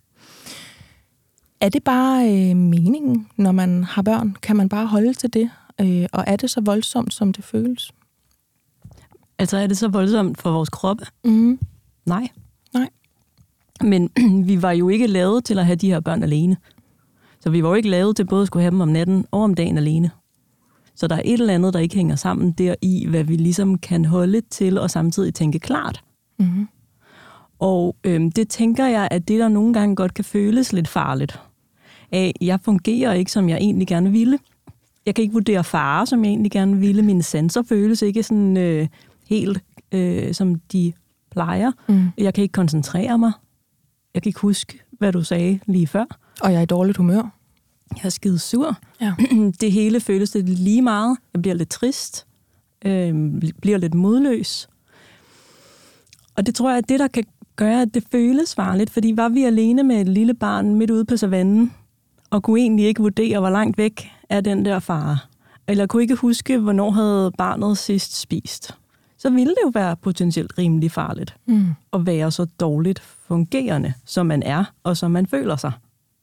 Er det bare øh, meningen, når man har børn? Kan man bare holde til det? Øh, og er det så voldsomt, som det føles? Altså, er det så voldsomt for vores krop? Mm. Nej. Nej. Men vi var jo ikke lavet til at have de her børn alene. Så vi var jo ikke lavet til både at skulle have dem om natten og om dagen alene. Så der er et eller andet, der ikke hænger sammen der i, hvad vi ligesom kan holde til og samtidig tænke klart. Mm. Og øhm, det tænker jeg, at det der nogle gange godt kan føles lidt farligt. Af, jeg fungerer ikke, som jeg egentlig gerne ville. Jeg kan ikke vurdere fare, som jeg egentlig gerne ville. Mine sanser føles ikke sådan øh, helt, øh, som de plejer. Mm. Jeg kan ikke koncentrere mig. Jeg kan ikke huske, hvad du sagde lige før. Og jeg er i dårligt humør. Jeg er skide sur. Ja. Det hele føles lidt lige meget. Jeg bliver lidt trist. Øh, bliver lidt modløs. Og det tror jeg, at det, der kan gøre, at det føles farligt. Fordi var vi alene med et lille barn midt ude på savannen, og kunne egentlig ikke vurdere, hvor langt væk er den der fare. Eller kunne ikke huske, hvornår havde barnet sidst spist. Så ville det jo være potentielt rimelig farligt. Mm. At være så dårligt fungerende, som man er, og som man føler sig.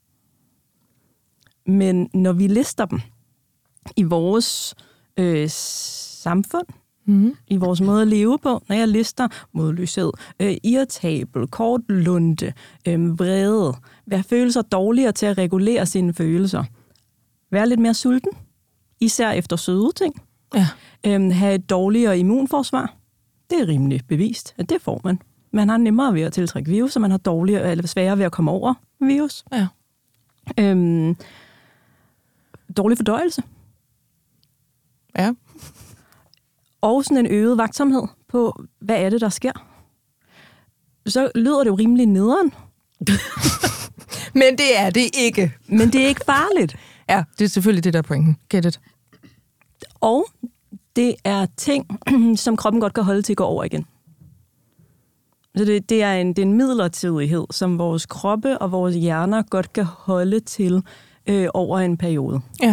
Men når vi lister dem i vores øh, samfund, mm. i vores måde at leve på, når jeg lister modløshed, øh, irritabel, kortlunde, øh, vrede, være følelser dårligere til at regulere sine følelser, være lidt mere sulten, især efter søde ting, ja. øh, have et dårligere immunforsvar, det er rimelig bevist, at det får man. Man har nemmere ved at tiltrække virus, og man har dårligere, eller sværere ved at komme over virus. Ja. Øhm, dårlig fordøjelse. Ja. Og sådan en øget vagtsomhed på, hvad er det, der sker. Så lyder det jo rimelig nederen. Men det er det ikke. Men det er ikke farligt. Ja, det er selvfølgelig det, der er pointen. Get it. Og det er ting, som kroppen godt kan holde til at gå over igen. Så det, det, er en, det er en midlertidighed, som vores kroppe og vores hjerner godt kan holde til øh, over en periode. Ja.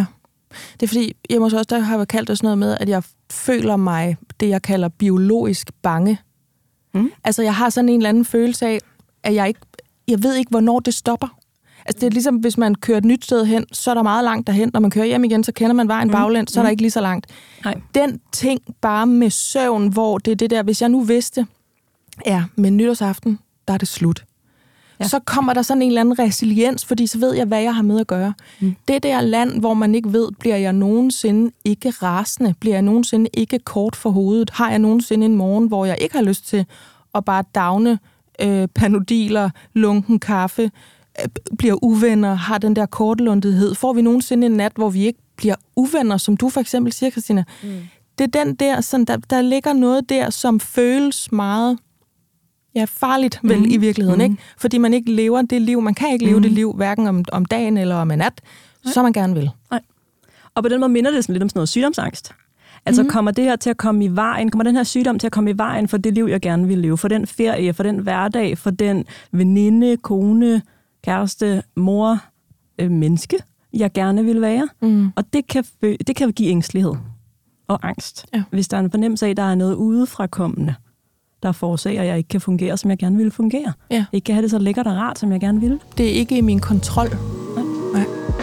Det er fordi, jeg måske også der har kaldt det sådan noget med, at jeg føler mig, det jeg kalder biologisk bange. Mm. Altså, jeg har sådan en eller anden følelse af, at jeg ikke, jeg ved ikke, hvornår det stopper. Altså, det er ligesom, hvis man kører et nyt sted hen, så er der meget langt derhen. Når man kører hjem igen, så kender man vejen baglæns, mm. så er der ikke lige så langt. Nej. Den ting bare med søvn, hvor det er det der, hvis jeg nu vidste, ja, med nytårsaften, der er det slut. Ja. Så kommer der sådan en eller anden resiliens, fordi så ved jeg, hvad jeg har med at gøre. Mm. Det der land, hvor man ikke ved, bliver jeg nogensinde ikke rasende? Bliver jeg nogensinde ikke kort for hovedet? Har jeg nogensinde en morgen, hvor jeg ikke har lyst til at bare dagne øh, panodiler, lunken kaffe, øh, bliver uvenner, har den der kortlundethed? Får vi nogensinde en nat, hvor vi ikke bliver uvenner, som du for eksempel siger, Christina? Mm. Det er den der, sådan, der, der ligger noget der, som føles meget... Ja, farligt vel mm. i virkeligheden, mm. ikke? Fordi man ikke lever det liv. Man kan ikke leve mm. det liv, hverken om, om dagen eller om en nat, Nej. så man gerne vil. Nej. Og på den måde minder det sådan lidt om sådan noget sygdomsangst. Altså mm. kommer det her til at komme i vejen, kommer den her sygdom til at komme i vejen for det liv, jeg gerne vil leve, for den ferie, for den hverdag, for den veninde, kone, kæreste, mor, øh, menneske, jeg gerne vil være. Mm. Og det kan, det kan give ængstelighed og angst, ja. Hvis der er en fornemmelse af, at der er noget udefrakommende, der forårsager, at jeg ikke kan fungere, som jeg gerne ville fungere. Ja. Ikke kan have det så lækkert og rart, som jeg gerne ville. Det er ikke i min kontrol. Nej. Nej.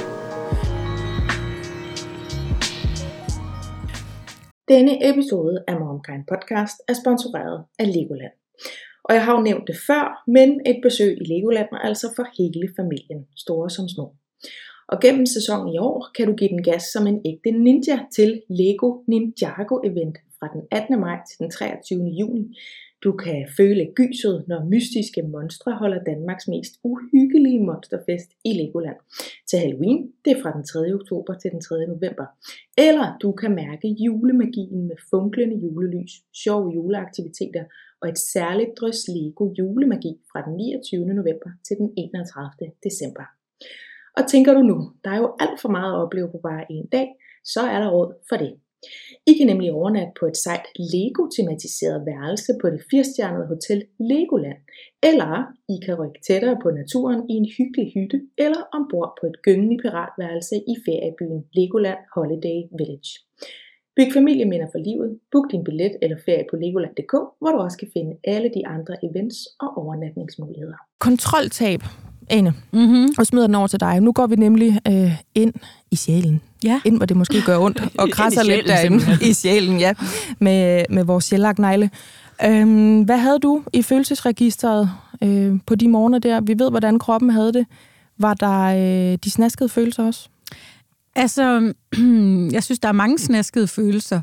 Denne episode af MomKind Podcast er sponsoreret af Legoland. Og jeg har jo nævnt det før, men et besøg i Legoland er altså for hele familien, store som små. Og gennem sæsonen i år kan du give den gas som en ægte ninja til Lego Ninjago Event fra den attende maj til den treogtyvende juni. Du kan føle gyset, når mystiske monstre holder Danmarks mest uhyggelige monsterfest i Legoland. Til Halloween, det er fra den tredje oktober til den tredje november. Eller du kan mærke julemagien med funklende julelys, sjove juleaktiviteter og et særligt drøs Lego julemagi fra den niogtyvende november til den enogtredivte december. Og tænker du nu, der er jo alt for meget at opleve på bare en dag, så er der råd for det. I kan nemlig overnatte på et sejt Lego-tematiseret værelse på det firestjernede hotel Legoland, eller I kan rykke tættere på naturen i en hyggelig hytte, eller ombord på et gyngende piratværelse i feriebyen Legoland Holiday Village. Byg familieminder for livet, book din billet eller ferie på legoland punktum d k, hvor du også kan finde alle de andre events og overnatningsmuligheder. Kontroltab, Ane, mm-hmm. og smider den over til dig. Nu går vi nemlig øh, ind i sjælen. Ja. Ind, hvor det måske gør ondt og krasser lidt derinde i sjælen, ja, med, med vores sjællagnegle. Øhm, hvad havde du i følelsesregisteret øh, på de morgener der? Vi ved, hvordan kroppen havde det. Var der øh, de snaskede følelser også? Altså, jeg synes, der er mange snaskede følelser.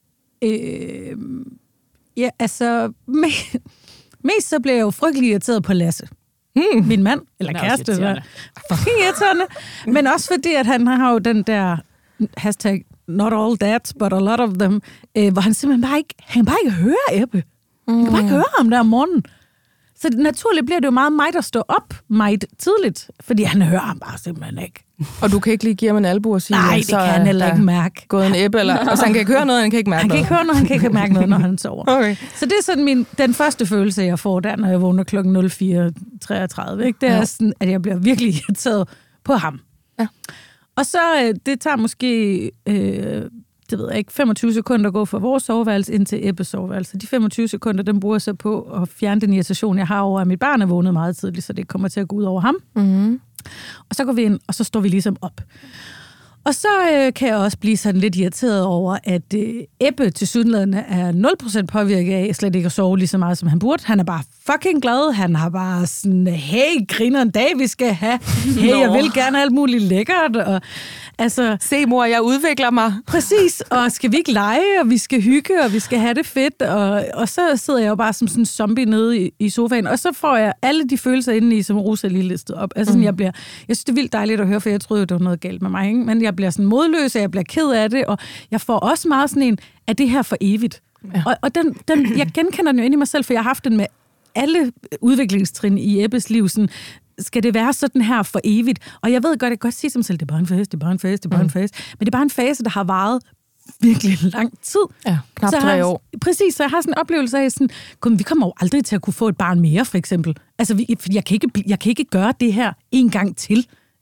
Øh, ja, altså, mest, mest så blev jeg jo frygtelig irriteret på Lasse. Hmm. Min mand, eller kæreste, var fucking irriterende. Men også fordi, at han har jo den der hashtag not all dads, but a lot of them, øh, hvor han simpelthen bare ikke, han kan bare ikke høre Ebbe. Han kan bare ikke høre ham der om morgenen. Så naturligt bliver det jo meget mig, der står op meget tidligt, fordi han hører ham bare simpelthen ikke. Og du kan ikke lige give ham en albu og sige, nej, det så kan han heller ikke mærke. Gået en Ebbe, eller, altså han kan ikke høre noget, han kan ikke mærke han noget. Han kan ikke høre noget, han kan ikke mærke noget, når han sover. Okay. Så det er sådan min, den første følelse, jeg får der, når jeg vågner klokken nul fire treogtredive. Ikke? Det er ja. sådan, at jeg bliver virkelig irriteret på ham. Ja. Og så, det tager måske, øh, det ved jeg ikke, femogtyve sekunder at gå fra vores soveværelse ind til Ebbes soveværelse. De femogtyve sekunder, den bruger jeg så på at fjerne den irritation, jeg har over, at mit barn er vågnet meget tidligt, så det kommer til at gå ud over ham. Mm-hmm. Og så går vi ind, og så står vi ligesom op. Og så øh, kan jeg også blive sådan lidt irriteret over, at øh, Ebbe til sydenladende er nul procent påvirket af slet ikke at sove lige så meget, som han burde. Han er bare fucking glad. Han har bare sådan, hey, griner en dag, vi skal have. Hey, jeg vil gerne alt muligt lækkert. Og, altså, se mor, jeg udvikler mig. Præcis, og skal vi ikke lege, og vi skal hygge, og vi skal have det fedt. Og, og så sidder jeg jo bare som sådan en zombie nede i, i sofaen, og så får jeg alle de følelser inde i, som Rosa lige listede op. Altså, sådan, mm. jeg, bliver, jeg synes, det er vildt dejligt at høre, for jeg troede, det var noget galt med mig, ikke? Men jeg bliver sådan modløs, og jeg bliver ked af det, og jeg får også meget sådan en, er det her for evigt? Ja. Og, og den, den, jeg genkender den jo ind i mig selv, for jeg har haft den med alle udviklingstrin i Ebbes liv, sådan, skal det være sådan her for evigt? Og jeg ved godt, jeg kan godt sige som selv, det er bare en fase, det er bare en fase, det er bare en fase, men det er bare en fase, der har varet virkelig lang tid. Ja, knap tre år. Præcis, så jeg har sådan en oplevelse af, sådan, vi kommer jo aldrig til at kunne få et barn mere, for eksempel. Altså, vi, jeg, kan ikke, jeg kan ikke gøre det her en gang til.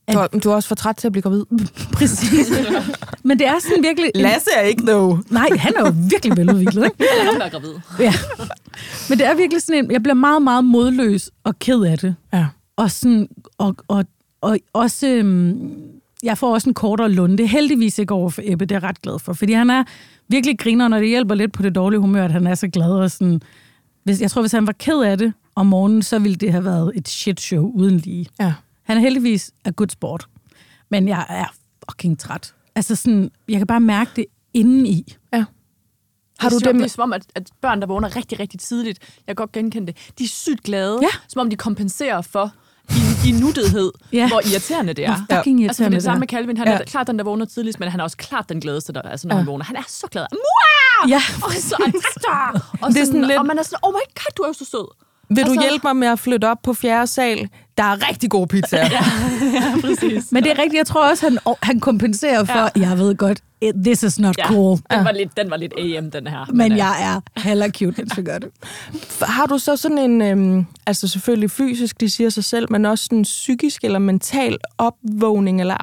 Du er, du er også for træt til at blive gravid. Præcis. Men det er sådan virkelig... Lasse er ikke no. Nej, han er jo virkelig veludviklet, ikke? Eller ham, der er gravid. Ja. Men det er virkelig sådan en... Jeg bliver meget, meget modløs og ked af det. Ja. Og sådan... Og, og, og også... Øhm, jeg får også en kortere lunde. Det er heldigvis ikke over for Ebbe, det er jeg ret glad for. Fordi han er virkelig griner, når det hjælper lidt på det dårlige humør, at han er så glad og sådan... Hvis, jeg tror, hvis han var ked af det om morgenen, så ville det have været et shit show uden lige. Ja. Han er heldigvis af good sport. Men jeg er fucking træt. Altså sådan, jeg kan bare mærke det indeni. Ja. Har du det, det er som om, at, at børn, der vågner rigtig, rigtig tidligt, jeg kan godt genkende det, de er sygt glade, ja. Som om de kompenserer for i, i nuttighed, ja. Hvor irriterende det er. Hvor fucking irriterende altså, det er det samme med Calvin, han ja. er klart den, der vågner tidligst, men han er også klart den gladeste, der, altså, når ja. han vågner. Han er så glad. Mua! Ja. Og, så, og, det er sådan lidt... og man er sådan, oh my god, du er jo så sød. Vil altså... du hjælpe mig med at flytte op på fjerde sal? Der er rigtig gode pizzaer. ja, ja, præcis. Men det er rigtigt, jeg tror også, han, han kompenserer for, ja. Jeg ved godt, this is not ja, cool. Den var, lidt, den var lidt A M, den her. Men, men jeg er heller cute, mens vi gør det. Har du så sådan en, øhm, altså selvfølgelig fysisk, de siger sig selv, men også sådan psykisk eller mental opvågning eller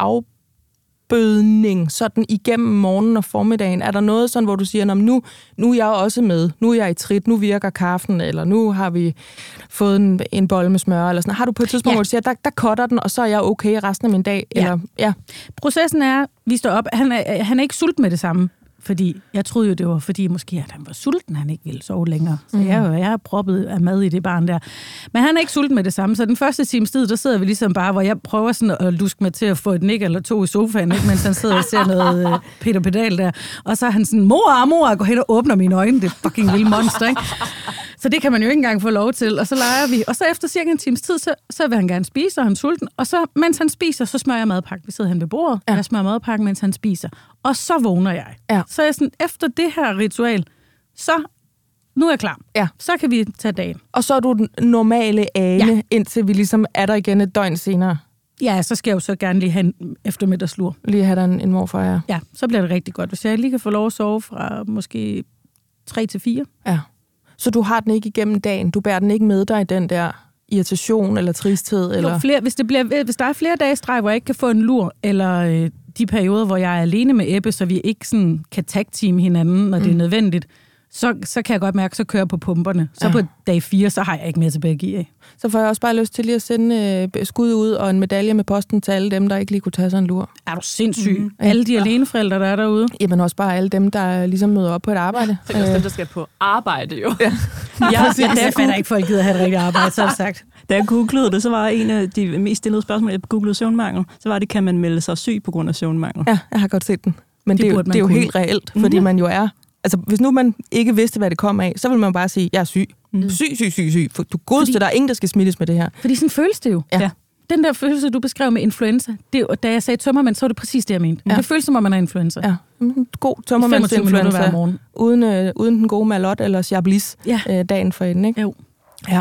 afbødning, sådan igennem morgenen og formiddagen? Er der noget sådan, hvor du siger, nu, nu er jeg også med, nu er jeg i trit, nu virker kaffen, eller nu har vi fået en, en bolle med smør, eller sådan. Har du på et tidspunkt, ja. Hvor du siger, der, der cutter den, og så er jeg okay resten af min dag? Ja. Eller, ja. Processen er, vi står op, han er, han er ikke sulten med det samme, fordi jeg troede jo, det var fordi måske, at han var sulten, han ikke ville sove længere. Så mm. jeg, jeg har proppet af mad i det barn der. Men han er ikke sulten med det samme, så den første times tid, der sidder vi ligesom bare, hvor jeg prøver sådan at luske mig til at få et nik eller to i sofaen, ikke? Mens han sidder og ser noget uh, Peter Pedal der. Og så er han sådan, mor, mor, jeg går hen og åbner mine øjne, det fucking lille monster, ikke? Så det kan man jo ikke engang få lov til. Og så leger vi. Og så efter cirka en times tid, så, så vil han gerne spise, og han er sulten. Og så, mens han spiser, så smører jeg madpakken. Vi sidder hen ved bordet, ja. Jeg smører madpakken, mens han spiser. Og så vågner jeg. Ja. Så er jeg sådan, efter det her ritual, så nu er jeg klar. Ja. Så kan vi tage dagen. Og så er du den normale ane, ja. Indtil vi ligesom er der igen et døgn senere. Ja, så skal jeg jo så gerne lige have en eftermiddagslur. Lige have der en, en morfar, ja. Ja, så bliver det rigtig godt. Hvis jeg lige kan få lov at sove fra måske tre til fire. Ja. Så du har den ikke igennem dagen? Du bærer den ikke med dig i den der irritation eller tristhed? Eller? Jo, flere, hvis, det bliver, hvis der er flere dage streg, hvor jeg ikke kan få en lur, eller øh, de perioder, hvor jeg er alene med Ebbe, så vi ikke sådan kan tag-team hinanden, når mm. det er nødvendigt, så, så kan jeg godt mærke, så kører jeg på pumperne. Så ja. På dag fire, så har jeg ikke mere tilbage at give af. Så får jeg også bare lyst til lige at sende øh, skud ud og en medalje med posten til alle dem, der ikke lige kunne tage sig en lur. Er du sindssyg? Mm. Alle de aleneforældre, der er derude. Jamen også bare alle dem, der ligesom møder op på et arbejde. Det er også dem, der skal på arbejde, jo. Ja. Ja, ja, jeg fatter ikke, folk gider have et rigtigt arbejde, så sagt. Da jeg googlede det, så var en af de mest stillede spørgsmål, jeg googlede søvnmangel, så var det, kan man melde sig syg på grund af søvnmangel? Ja, jeg har godt set den. Men det, det, er, jo, det er jo helt reelt, fordi mm. man jo er... Altså, hvis nu man ikke vidste, hvad det kom af, så vil man bare sige, jeg er syg. Mm. Syg, syg, syg, syg. For du godeste, fordi, der er ingen, der skal smittes med det her. Fordi sådan føles det jo. Ja. Ja. Den der følelse, du beskrev med influenza, det er, da jeg sagde tømmermænd, så var det præcis det, jeg mente. Men ja. Det føles som om, man er influenza. Ja. God tømmermændsinfluenza. Uden, øh, uden den gode malot eller chablis ja. øh, dagen for inden, ikke? Jo. Ja.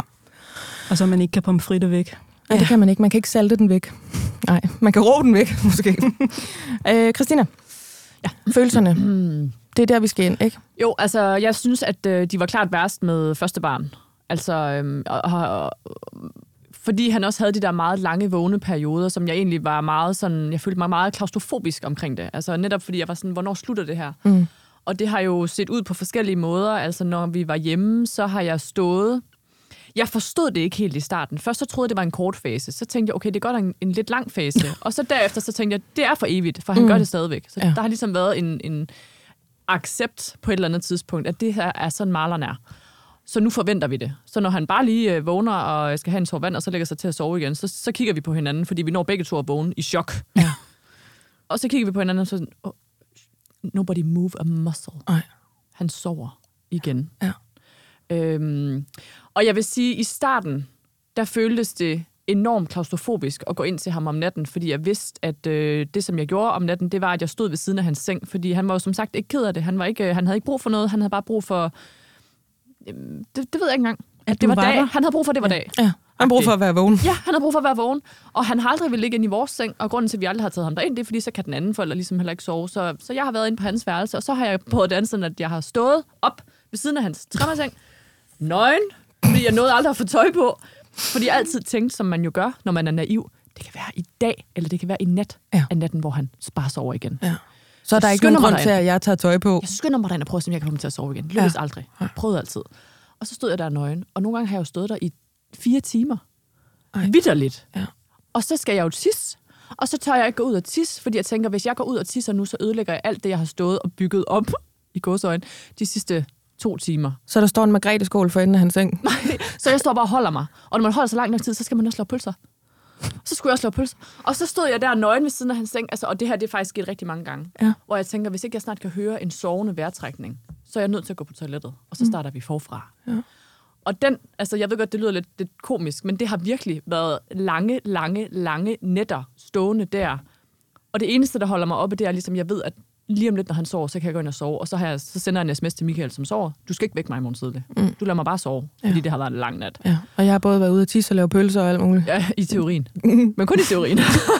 Og så man ikke kan pomfritte væk. Ja, det kan man ikke. Man kan ikke salte den væk. Nej, man kan råbe den væk, måske. øh, Christina, ja. Følelserne. Mm. Det er der, vi skal ind, ikke? Jo, altså, jeg synes, at øh, de var klart værst med første barn. Altså, øh, og, og, fordi han også havde de der meget lange vågne perioder, som jeg egentlig var meget sådan, jeg følte mig meget klaustrofobisk omkring det. Altså netop fordi jeg var sådan, hvornår slutter det her? Mm. Og det har jo set ud på forskellige måder. Altså når vi var hjemme, så har jeg stået... Jeg forstod det ikke helt i starten. Først så troede jeg, det var en kort fase. Så tænkte jeg, okay, det er godt en, en lidt lang fase. Og så derefter så tænkte jeg, det er for evigt, for han mm. gør det stadigvæk. Så ja. Der har ligesom været en... en accept på et eller andet tidspunkt, at det her er sådan maleren er. Så nu forventer vi det. Så når han bare lige øh, vågner og skal have en tår vand, og så lægger sig til at sove igen, så, så kigger vi på hinanden, fordi vi når begge to at vågne i chok. Ja. Og så kigger vi på hinanden og så sådan, oh, nobody move a muscle. Ej. Han sover igen. Ja. Øhm, og jeg vil sige, i starten, der føltes det enormt klaustrofobisk at gå ind til ham om natten, fordi jeg vidste, at øh, det, som jeg gjorde om natten, det var, at jeg stod ved siden af hans seng, fordi han var jo som sagt ikke ked af det. Han, var ikke, han havde ikke brug for noget, han havde bare brug for... Øh, det, det ved jeg ikke engang. At det var, var dag. Der? Han havde brug for, at det var dag. Ja. Han havde brug for at være vågen. Ja, han havde brug for at være vågen. Og han har aldrig ville ligge ind i vores seng, og grunden til, at vi aldrig har taget ham derind, det er, fordi så kan den anden forælder ligesom heller ikke sove. Så, så jeg har været inde på hans værelse, og så har jeg prøvet det andet sådan, at jeg har stået op ved siden af hans træmmerseng, nøgen, fordi jeg nåede aldrig at få tøj på. Fordi jeg altid tænkte, som man jo gør, når man er naiv, det kan være i dag, eller det kan være i nat ja. af natten, hvor han bare sover igen. Ja. Så er der jeg ikke nogen grund til, at jeg tager tøj på. Jeg skynder mig derind og prøver, om jeg kan komme til at sove igen. Lykkes ja. aldrig. Jeg prøvede altid. Og så stod jeg der nøgen, og nogle gange har jeg jo stået der i fire timer. Ej. Vitterligt. Ja. Og så skal jeg jo tisse. Og så tør jeg ikke gå ud og tisse, fordi jeg tænker, hvis jeg går ud og tisser nu, så ødelægger jeg alt det, jeg har stået og bygget op i gåseøjne de sidste to timer. Så der står en Margrethe-skål for enden af hans seng? Nej, så jeg står bare og holder mig. Og når man holder så lang nok tid, så skal man også slå pølser. Så skulle jeg også slå pølser. Og så stod jeg der nøgen ved siden af hans seng, altså, og det her det er faktisk sket rigtig mange gange, ja. Hvor jeg tænker, hvis ikke jeg snart kan høre en sovende vejrtrækning, så er jeg nødt til at gå på toilettet, og så starter mm. vi forfra. Ja. Og den, altså jeg ved godt, det lyder lidt, lidt komisk, men det har virkelig været lange, lange, lange nætter stående der. Og det eneste, der holder mig oppe, det er ligesom, jeg ved, at lige om lidt, når han sover, så kan jeg gå ind og sove. Og så, har jeg, så sender jeg en sms til Michael, som sover. Du skal ikke vække mig i morgen tidlig. Mm. Du lader mig bare sove, fordi ja. Det har været en lang nat. Ja. Og jeg har både været ude at tisse og lave pølser og alt muligt. Ja, i teorien. Men kun i teorien.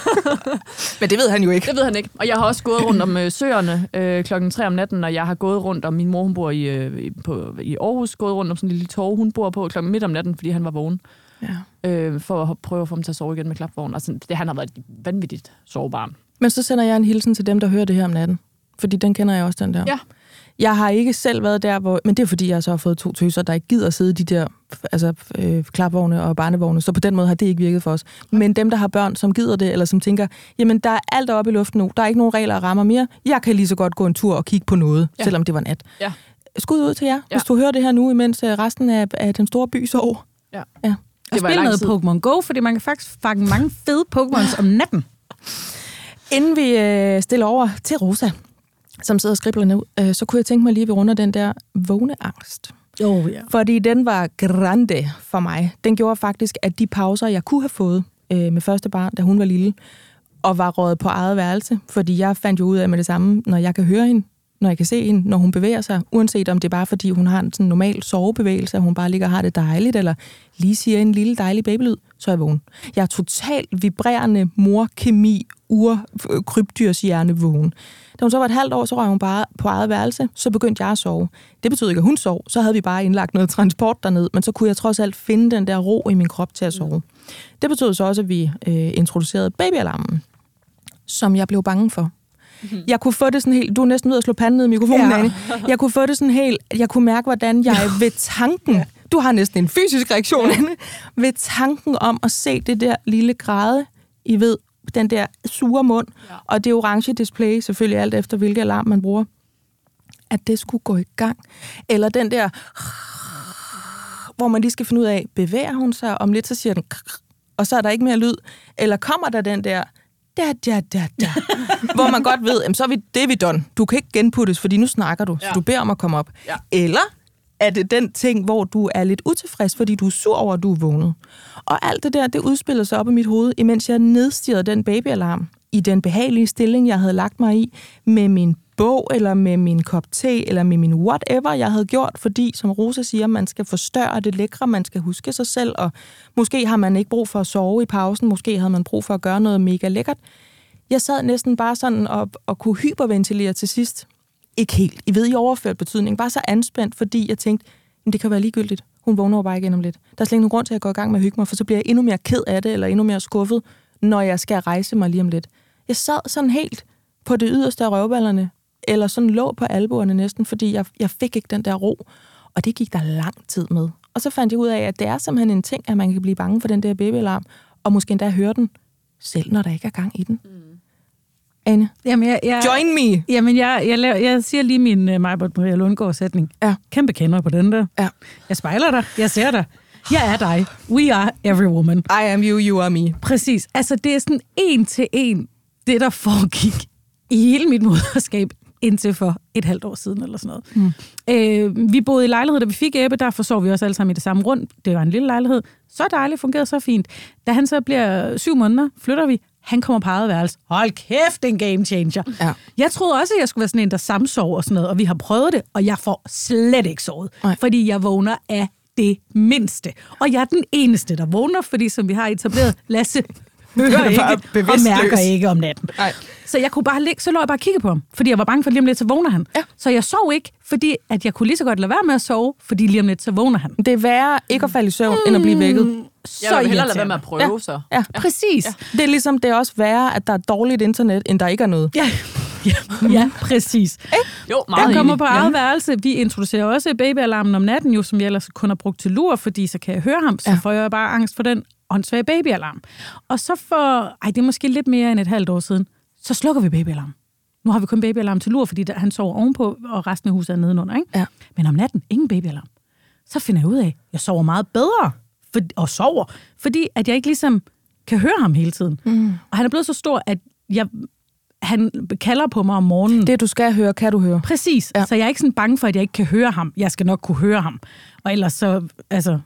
Men det ved han jo ikke. Det ved han ikke. Og jeg har også gået rundt om øh, søerne øh, klokken tre om natten, og jeg har gået rundt om, min mor, hun bor i, øh, på, i Aarhus, gået rundt om sådan en lille torv, hun bor på klokken midt om natten, fordi han var vågen. Ja. Øh, for at prøve at få ham til at sove igen med klapvogn. Altså, det, han har været vanvittigt sårbarn. Men så sender jeg en hilsen til dem, der hører det her om natten. Fordi den kender jeg også, den der. Ja. Jeg har ikke selv været der, hvor... Men det er fordi, jeg så har fået to tøser, der ikke gider at sidde i de der altså, øh, klapvogne og barnevogne. Så på den måde har det ikke virket for os. Men dem, der har børn, som gider det, eller som tænker, jamen, der er alt oppe i luften nu. Der er ikke nogen regler og rammer mere. Jeg kan lige så godt gå en tur og kigge på noget, ja. Selvom det var nat. Ja. Skud ud til jer, ja. Hvis du hører det her nu, imens resten af, af den store by sover. Ja. Ja. Og spil noget Pokémon Go, fordi man kan faktisk fange mange fede Pokémons om natten. Inden vi øh, stiller over til Rosa, som sidder og skribler ned, øh, så kunne jeg tænke mig lige, at vi runder den der vågneangst. Oh, ja. Fordi den var grande for mig. Den gjorde faktisk, at de pauser, jeg kunne have fået øh, med første barn, da hun var lille, og var røget på eget værelse, fordi jeg fandt jo ud af med det samme, når jeg kan høre hende, når jeg kan se hende, når hun bevæger sig, uanset om det er bare fordi, hun har en sådan normal sovebevægelse, og hun bare ligger og har det dejligt, eller lige siger en lille dejlig babylyd, så er jeg vågen. Jeg er totalt vibrerende morkemi, ur-krybdyrshjerne vågen. Da hun så var et halvt år, så røg hun bare på eget værelse, så begyndte jeg at sove. Det betød ikke, at hun sov, så havde vi bare indlagt noget transport derned, men så kunne jeg trods alt finde den der ro i min krop til at sove. Det betød så også, at vi øh, introducerede babyalarmen, som jeg blev bange for. Mm-hmm. Jeg kunne få det sådan helt... Du er næsten ved at slå panden ned i mikrofonen, ja. Anne. Jeg kunne få det sådan helt... Jeg kunne mærke, hvordan jeg ved tanken... Ja. Du har næsten en fysisk reaktion, Anne. Ved tanken om at se det der lille græde, I ved, den der sure mund, ja. Og det orange display, selvfølgelig alt efter, hvilken alarm man bruger, at det skulle gå i gang. Eller den der... Hvor man lige skal finde ud af, bevæger hun sig? Om lidt, så siger den... Og så er der ikke mere lyd. Eller kommer der den der... Da, da, da, da. Hvor man godt ved, jamen, så er vi, det er vi done. Du kan ikke genputtes, fordi nu snakker du, ja. Så du beder om at komme op. Ja. Eller er det den ting, hvor du er lidt utilfreds, fordi du er sur over, at du er vågnet. Og alt det der, det udspiller sig op i mit hoved, imens jeg nedstirrede den babyalarm i den behagelige stilling, jeg havde lagt mig i, med min bog, eller med min kop te, eller med min whatever, jeg havde gjort, fordi, som Rosa siger, man skal forstørre det lækre, man skal huske sig selv, og måske har man ikke brug for at sove i pausen, måske havde man brug for at gøre noget mega lækkert. Jeg sad næsten bare sådan og, og kunne hyperventilere til sidst. Ikke helt, I ved, i overført betydning, bare så anspændt, fordi jeg tænkte, jamen, det kan være ligegyldigt. Hun vågner jo bare igen om lidt. Der er slet ikke nogen grund til at gå i gang med at hygge mig, for så bliver jeg endnu mere ked af det, eller endnu mere skuffet, når jeg skal rejse mig lige om lidt. Jeg sad sådan helt på det yderste af røvballerne, eller sådan lå på albuerne næsten, fordi jeg, jeg fik ikke den der ro. Og det gik der lang tid med. Og så fandt jeg ud af, at det er simpelthen en ting, at man kan blive bange for den der babyalarm, og måske endda høre den, selv når der ikke er gang i den. Mm. Anne? Jamen, jeg, jeg, Join me! Jamen, jeg, jeg, laver, jeg siger lige min uh, Maj-Britt Maria Lundgaard-sætning. Ja. Kæmpe kender på den der. Ja. Jeg spejler dig. Jeg ser dig. Jeg er dig. We are every woman. I am you, you are me. Præcis. Altså, det er sådan en til en, det der foregik i hele mit moderskab, indtil for et halvt år siden, eller sådan noget. Mm. Øh, vi boede i lejlighed, da vi fik Ebbe, derfor sov vi også alle sammen i det samme rum. Det var en lille lejlighed. Så dejligt, fungerede så fint. Da han så bliver syv måneder, flytter vi. Han kommer på eget værelse. Hold kæft, en game changer. Ja. Jeg troede også, at jeg skulle være sådan en, der samsover og sådan noget, og vi har prøvet det, og jeg får slet ikke sovet, Nej. Fordi jeg vågner af det mindste. Og jeg er den eneste, der vågner, fordi som vi har etableret, Lasse hører ikke og bevidstløs. mærker ikke om natten. Nej. Så jeg kunne bare ligge, så lå jeg bare og kigge på ham, fordi jeg var bange for, at lige om lidt, så vågner han. Ja. Så jeg sov ikke, fordi at jeg kunne lige så godt lade være med at sove, fordi lige om lidt, så vågner han. Det er værre ikke at falde i søvn, mm. end at blive vækket. Så jeg vil hellere lade være med at prøve, Ja. så. Ja, Ja. Præcis. ja. Det er ligesom, det er også værre, at der er dårligt internet, end der ikke er noget. Ja, ja, ja præcis. Jo, meget Jeg kommer enig. på eget værelse. Vi introducerer også babyalarmen om natten, jo, som jeg ellers kun har brugt til lur, fordi så kan jeg høre ham, så Ja. får jeg bare angst for den åndssvage babyalarm. Og så for, ej, det er måske lidt mere end et halvt år siden, så slukker vi babyalarm. Nu har vi kun babyalarm til lur, fordi der, han sover ovenpå, og resten af huset er nedenunder, ikke? Ja. Men om natten, ingen babyalarm. Så finder jeg ud af, at jeg sover meget bedre, for, og sover, fordi at jeg ikke ligesom kan høre ham hele tiden. Mm. Og han er blevet så stor, at jeg, han kalder på mig om morgenen. Det, du skal høre, kan du høre. Præcis. Ja. Ja. Så jeg er ikke sådan bange for, at jeg ikke kan høre ham. Jeg skal nok kunne høre ham. Og ellers så, altså,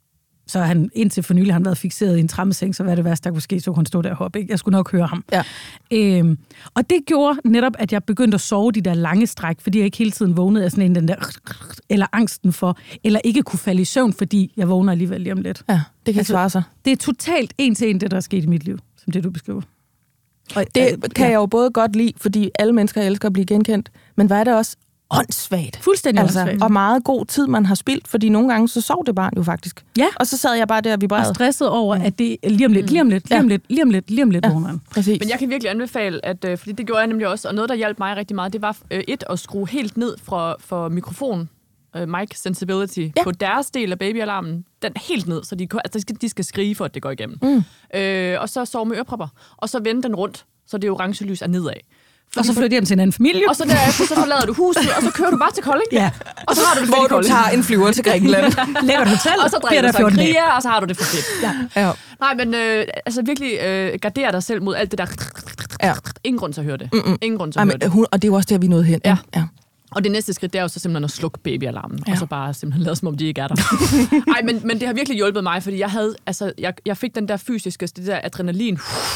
så er han indtil for nylig, han været fikseret i en trammeseng, så hvad er det værste, der kunne ske, så kunne han stå der og hoppe. Ikke? Jeg skulle nok høre ham. Ja. Øhm, og det gjorde netop, at jeg begyndte at sove de der lange stræk, fordi jeg ikke hele tiden vågnede af sådan en den der, eller angsten for, eller ikke kunne falde i søvn, fordi jeg vågner alligevel lige om lidt. Ja, det kan Altså, svare sig. Det er totalt en til en, det der er sket i mit liv, som det du beskriver. Og, Det kan jeg jo både godt lide, fordi alle mennesker elsker at blive genkendt, men hvad er det også åndssvagt? Fuldstændig Altså, åndssvagt. og meget god tid, man har spildt, fordi nogle gange, så sov det barn jo faktisk. Ja. Og så sad jeg bare der og Og vibrerede. stresset over, at det er lige om lidt, lige om lidt, lige om lidt, lige om lidt, lige om lidt, Ja. vågner han. Præcis. Men jeg kan virkelig anbefale, at, øh, fordi det gjorde jeg nemlig også, og noget, der hjalp mig rigtig meget, det var øh, et, at skrue helt ned for, for mikrofon, øh, mic sensibility, Ja. på deres del af babyalarmen, den helt ned, så de, altså, de, skal, de skal skrige for, at det går igennem. Mm. Øh, og så sove med ørepropper, og så vende den rundt, så det orange lys er nedad. Og så flytter hjem til en anden familie. Og så derefter, så forlader du huset, og så kører du bare til Kolding. Ja. Og så har du det fedt Hvor i du Kolding. tager en flyver til Grækenland. Lækkert hotel, Og så bliver drikker der du så fjorten dage. kriger, og så har du det for fedt. Ja. Ja. Nej, men øh, altså virkelig øh, gardere dig selv mod alt det der. Ja. Ingen grund til at høre det. Mm-mm. Ingen grund til Ej, at men, høre det. hun, og det er jo også der, vi er nået hen. Ja. ja. Og det næste skridt, det er jo så simpelthen at slukke babyalarmen, Ja. og så bare simpelthen lade som om de ikke er der. Nej, men, men det har virkelig hjulpet mig, fordi jeg havde, altså, jeg, jeg fik den der fysiske, det der adrenalin,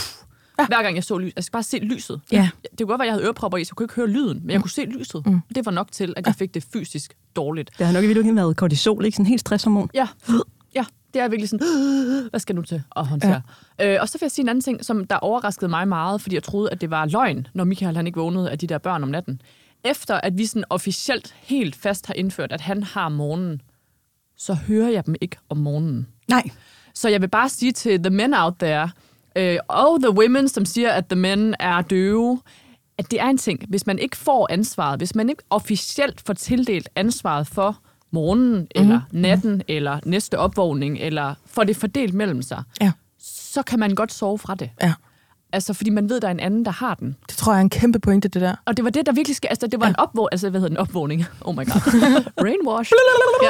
ja. Hver gang jeg så lys. Jeg skal bare se lyset. Ja. Det kunne godt være, at jeg havde ørepropper i, så jeg kunne ikke høre lyden, men jeg kunne se lyset. Mm. Det var nok til, at jeg fik det fysisk dårligt. Det har nok i virkeligheden været kortisol, ikke? Sådan en helt stresshormon. Ja, ja, det er virkelig sådan, hvad skal nu til at håndtere? Ja. Øh, og så vil jeg sige en anden ting, som der overraskede mig meget, fordi jeg troede, at det var løgn, når Michael han ikke vågnede af de der børn om natten. Efter at vi sådan officielt helt fast har indført, at han har morgenen, så hører jeg dem ikke om morgenen. Nej. Så jeg vil bare sige til the men out there, øh, og the women, som siger, at the men er døve, at det er en ting. Hvis man ikke får ansvaret, hvis man ikke officielt får tildelt ansvaret for morgenen, mm-hmm. eller natten, mm-hmm. eller næste opvågning, eller får det fordelt mellem sig, Ja. så kan man godt sove fra det. Ja. Altså, fordi man ved, der er en anden, der har den. Det tror jeg er en kæmpe pointe, det der. Og det var det, der virkelig skal... Altså, det var ja. en opvågning... Altså, hvad hedder en opvågning? Oh my god. Brainwash. Ja.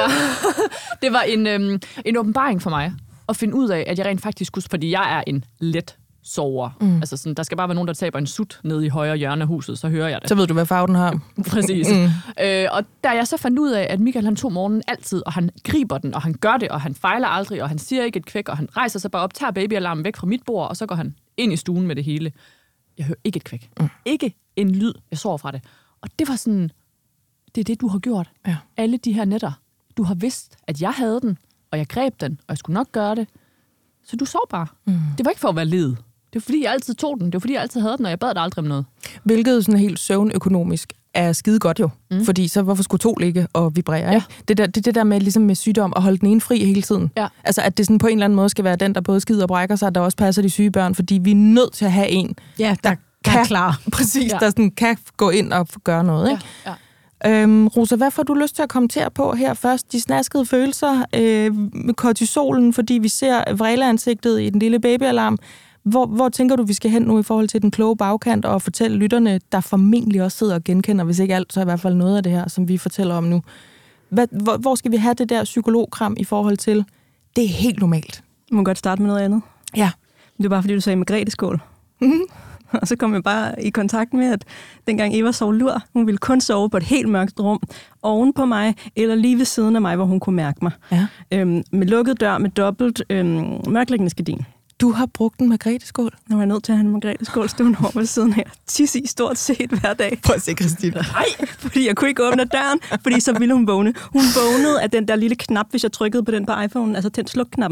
Det var en, øhm, en åbenbaring for mig, at finde ud af, at jeg rent faktisk skulle... Fordi jeg er en let sover. Mm. Altså, sådan, der skal bare være nogen, der taber en sut nede i højre hjørne af huset, så hører jeg det. Så ved du, hvad farven har. Præcis. Mm. Øh, og da jeg så fandt ud af, at Michael han tog morgenen altid, og han griber den, og han gør det, og han fejler aldrig, og han siger ikke et kvæk, og han rejser sig bare op, tager babyalarmen væk fra mit bord, og så går han ind i stuen med det hele. Jeg hører ikke et kvæk. Mm. Ikke en lyd. Jeg sover fra det. Og det var sådan, det er det, du har gjort. Ja. Alle de her nætter. Du har vidst, at jeg havde den, og jeg greb den, og jeg skulle nok gøre det. Så du sov bare. Mm. Det var ikke for at være led. Det var fordi, jeg altid tog den. Det var fordi, jeg altid havde den, og jeg bad dig aldrig om noget. Hvilket sådan helt søvnøkonomisk er skide godt jo. Mm. Fordi så hvorfor skulle to ligge og vibrere? Ja. Ikke? Det, der, det er det der med, ligesom med sygdom, at holde den ene fri hele tiden. Ja. Altså at det sådan på en eller anden måde skal være den, der både skider og brækker sig, der også passer de syge børn, fordi vi er nødt til at have en, Ja, der, der kan, er klar. præcis, Ja. der sådan kan gå ind og gøre noget. Ikke? Ja, ja. Øhm, Rosa, hvad får du lyst til at kommentere på her først? De snaskede følelser øh, med kortisolen, fordi vi ser vrælleansigtet i den lille babyalarm. Hvor, hvor tænker du, vi skal hen nu i forhold til den kloge bagkant og fortælle lytterne, der formentlig også sidder og genkender, hvis ikke alt, så i hvert fald noget af det her, som vi fortæller om nu. Hvad, hvor, hvor skal vi have det der psykologkram i forhold til, det er helt normalt? Du må godt starte med noget andet. Ja. Det er bare, fordi du sagde Margrethe-skål. Mm-hmm. Og så kom jeg bare i kontakt med, at dengang Eva sov lur, hun ville kun sove på et helt mørkt rum, oven på mig, eller lige ved siden af mig, hvor hun kunne mærke mig. Ja. Øhm, med lukket dør, med dobbelt øhm, mørklægningsgardin. Du har brugt en Margrethe-skål. Nu var jeg nødt til at have en Margrethe-skål stående over ved siden her. Tisse i stort set hver dag. Prøv at se, Christina. Nej, fordi jeg kunne ikke åbne døren, fordi så ville hun vågne. Hun vågnede af den der lille knap, hvis jeg trykkede på den på iPhone, altså tænd sluk-knappen.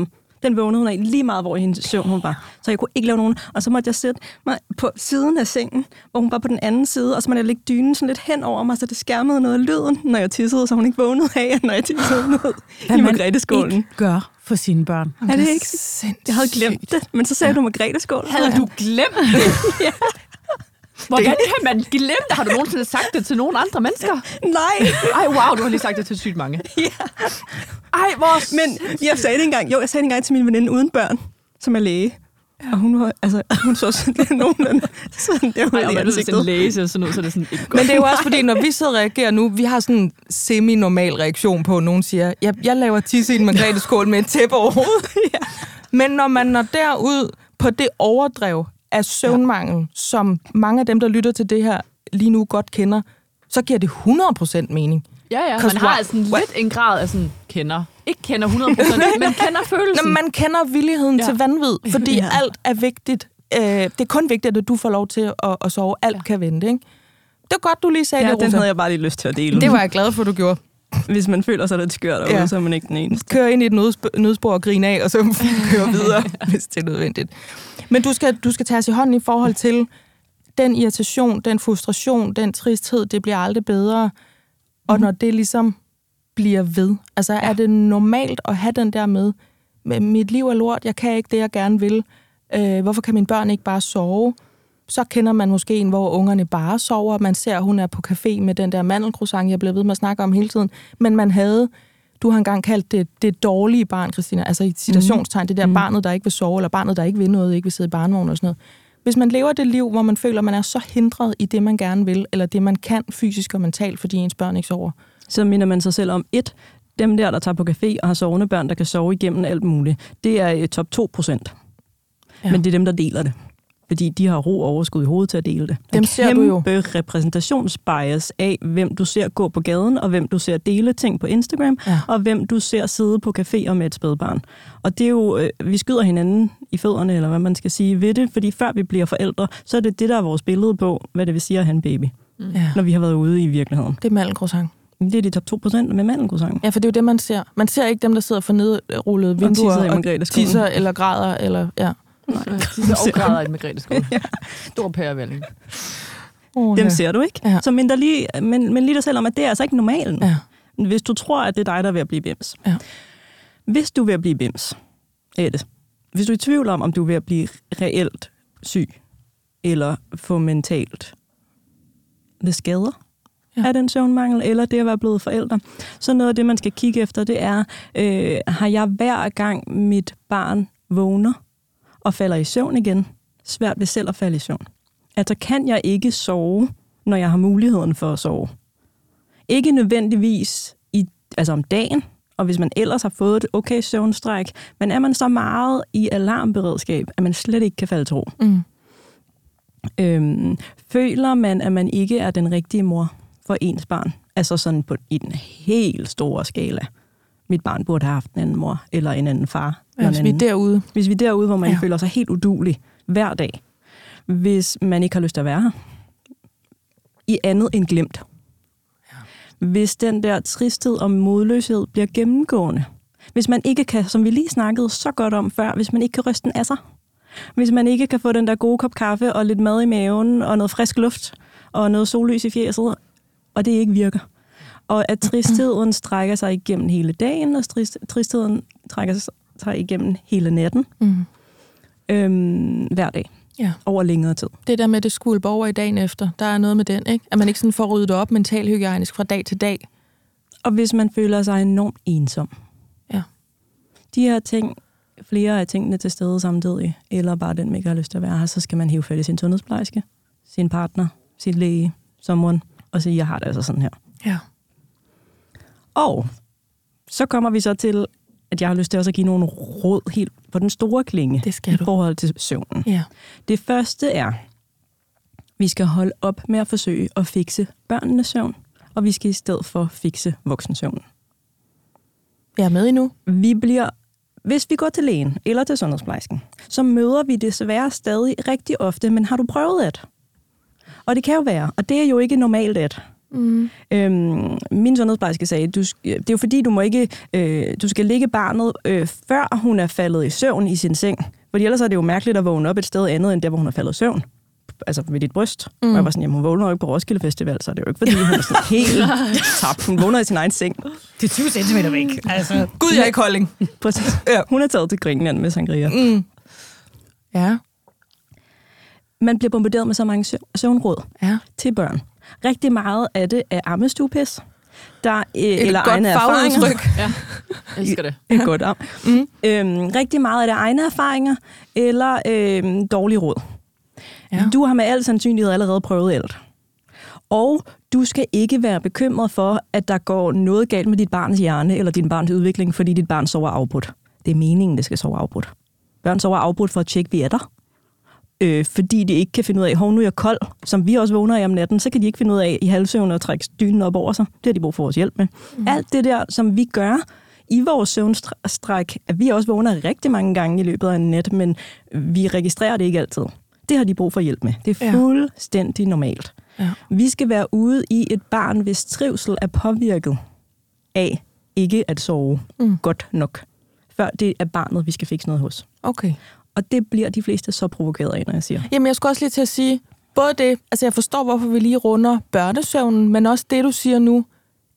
Den vågnede hun af lige meget, hvor i hendes søvn hun var. Så jeg kunne ikke lave nogen. Og så måtte jeg sætte mig på siden af sengen, hvor hun var på den anden side, og så måtte jeg lægge dynen sådan lidt hen over mig, så det skærmede noget af lyden, når jeg tissede, så hun ikke vågnede af, når jeg tissede ned i Margrethe-skålen. Ikke gør for sine børn. Er det ikke? Jeg havde glemt det, men så sagde ja. du Margrethe-skålen. Havde du glemt det? Ja. Hvordan kan man glemme det? Har du nogensinde sagt det til nogle andre mennesker? Nej. Ej, wow, du har lige sagt det til sygt mange. Ja. Ej, hvor... Men jeg sagde det engang, jo, jeg sagde det engang til min veninde uden børn, som er læge. Ja. Og hun var, altså, hun så sådan nogenlunde sådan der ud i ansigtet. Ej, læge ser sådan ud, så det er sådan ikke godt. Men det er jo også fordi, når vi sidder og reagerer nu, vi har sådan en semi-normal reaktion på, at nogen siger, jeg, jeg laver tisse i en Margrethe-skål med et tæppe over hovedet. Ja. Men når man når derud på det overdrev af søvnmangel, ja. som mange af dem, der lytter til det her lige nu godt kender, så giver det hundrede procent mening. Ja, ja, man har altså lidt en grad af sådan, kender. Ikke kender hundrede procent, men kender følelsen. Nå, man kender villigheden ja. til vanvid, fordi ja. alt er vigtigt. Øh, det er kun vigtigt, at du får lov til at, at sove. Alt ja. kan vente, ikke? Det er godt, du lige sagde ja, det, Rosa. Den havde jeg bare lige lyst til at dele. Det var jeg glad for, du gjorde. Hvis man føler sig lidt skørt derude, ja. så er man ikke den eneste. Kør ind i et nødsp- nødspor og grine af, og så køre videre, hvis det er nødvendigt. Men du skal, du skal tage os i hånden i forhold til den irritation, den frustration, den tristhed, det bliver aldrig bedre. Og når det ligesom bliver ved. Altså, ja. er det normalt at have den der med, med, mit liv er lort, jeg kan ikke det, jeg gerne vil. Øh, hvorfor kan mine børn ikke bare sove? Så kender man måske en, hvor ungerne bare sover. Man ser, at hun er på café med den der mandelcroissant, jeg blev ved med at snakke om hele tiden. Men man havde, du har engang kaldt det det dårlige barn, Christina. Altså i citationstegn, det der mm. barnet, der ikke vil sove, eller barnet, der ikke vil noget, ikke vil sidde i barnevogn og sådan noget. Hvis man lever det liv, hvor man føler, at man er så hindret i det, man gerne vil, eller det, man kan fysisk og mentalt, fordi ens børn ikke sover, så minder man sig selv om, et, dem der, der tager på café og har sovende børn, der kan sove igennem alt muligt, det er top to procent. Ja. Men det er dem, der deler det. Fordi de har ro og overskud i hovedet til at dele det. Dem ser du jo. Kæmpe repræsentationsbias af, hvem du ser gå på gaden, og hvem du ser dele ting på Instagram, ja. og hvem du ser sidde på caféer med et spædbarn. Og det er jo, øh, vi skyder hinanden i fødderne, eller hvad man skal sige, ved det, fordi før vi bliver forældre, så er det det, der er vores billede på, hvad det vil sige at have en baby, mm. når vi har været ude i virkeligheden. Det er mandelcroissant. Det er de top to procent med mandelcroissant. Ja, for det er jo det, man ser. Man ser ikke dem, der sidder for nedrullede vinduer og tisser, og tisser eller græder, eller ja. Nej, tisser og græder i Margrethe-skålen. Ja. Stor pærevælling. Oh, dem ser du ikke. Ja. Så mind lige, men, men lige dig selv om, at det er altså ikke normalen. Ja. Hvis du tror, at det er dig, der er ved at blive bims. Ja. Hvis du er ved at blive bims, er det. Hvis du er i tvivl om, om du er ved at blive reelt syg, eller få mentalt det skader, ja. af den søvnmangel, eller det at være blevet forældre. Så noget af det, man skal kigge efter, det er, øh, har jeg hver gang mit barn vågner og falder i søvn igen, svært ved selv at falde i søvn. Altså kan jeg ikke sove, når jeg har muligheden for at sove. Ikke nødvendigvis i, altså om dagen, og hvis man ellers har fået et okay søvnstræk, men er man så meget i alarmberedskab, at man slet ikke kan falde til ro. Mm. Øhm, føler man, at man ikke er den rigtige mor for ens barn? Altså sådan på, i den helt store skala. Mit barn burde have haft en anden mor, eller en anden far. Ja, hvis vi er derude. Hvis vi er derude, hvor man ja. føler sig helt uduelig hver dag. Hvis man ikke har lyst til at være her. I andet end glemt. Ja. Hvis den der tristhed og modløshed bliver gennemgående. Hvis man ikke kan, som vi lige snakkede så godt om før, hvis man ikke kan ryste den af sig. Hvis man ikke kan få den der gode kop kaffe og lidt mad i maven og noget frisk luft og noget sollys i fjeset, og det ikke virker. Og at tristheden strækker sig igennem hele dagen, og tristheden trækker sig igennem hele natten. Mm. Øhm, hver dag. Ja. Over længere tid. Det der med, det skvulper over i dagen efter, der er noget med den, ikke? At man ikke sådan får ryddet op mentalhygiejnisk fra dag til dag. Og hvis man føler sig enormt ensom. Ja. De her ting, flere af tingene til stede samtidig, eller bare den, man ikke har lyst til at være her, så skal man hive fat i sin sundhedsplejerske, sin partner, sin læge, someone, og sige, jeg har det altså sådan her. Ja. Og så kommer vi så til, at jeg har lyst til også at give nogle råd helt på den store klinge. Det skal i du. forhold til søvnen. Ja. Det første er, vi skal holde op med at forsøge at fikse børnenes søvn, og vi skal i stedet for fikse voksensøvnen. Jeg er med endnu. Vi bliver, hvis vi går til lægen eller til sundhedsplejersken, så møder vi desværre stadig rigtig ofte, men har du prøvet det? Og det kan jo være, og det er jo ikke normalt et. Mm. Øhm, min sundhedsplejerske sagde, du, det er jo fordi, du må ikke, øh, du skal ligge barnet, øh, før hun er faldet i søvn i sin seng. Fordi ellers er det jo mærkeligt at vågne op et sted andet, end der, hvor hun er faldet i søvn. Altså ved dit bryst. Mm. Og jeg var sådan, jamen hun vågner jo ikke på Roskilde Festival, så det er jo ikke fordi, hun er sådan helt tabt. Hun vågner i sin egen seng. Det er tyve centimeter væk. Altså. Gud, jeg er i Kolding. Præcis. Ja. Hun er taget til Grækenland med sangria. Mm. Ja. Man bliver bombarderet med så mange søv- søvnråd ja. til børn. Rigtig meget af det er ammestuepis. Der er, et eller godt egne erfaringer. Ja, jeg elsker det. Et godt am. Mm. Øhm, rigtig meget af det er egne erfaringer, eller øhm, dårlige råd. Ja. Du har med al sandsynlighed allerede prøvet alt. Og du skal ikke være bekymret for, at der går noget galt med dit barns hjerne, eller din barns udvikling, fordi dit barn sover afbrudt. Det er meningen, det skal sove afbrudt. Børn sover afbrudt for at tjekke, vi er der. Øh, fordi de ikke kan finde ud af, hov, nu er jeg kold, som vi også vågner i om natten, så kan de ikke finde ud af i halvsøvn at trække dynen op over sig. Det har de brug for vores hjælp med. Mm. Alt det der, som vi gør i vores søvnstræk, at vi også vågner rigtig mange gange i løbet af en nat, men vi registrerer det ikke altid. Det har de brug for hjælp med. Det er fuldstændig normalt. Ja. Vi skal være ude i et barn, hvis trivsel er påvirket af ikke at sove mm. godt nok, før det er barnet, vi skal fikse noget hos. Okay. Og det bliver de fleste så provokeret af, når jeg siger. Jamen, jeg skulle også lige til at sige, både det, altså jeg forstår, hvorfor vi lige runder børnesøvnen, men også det, du siger nu,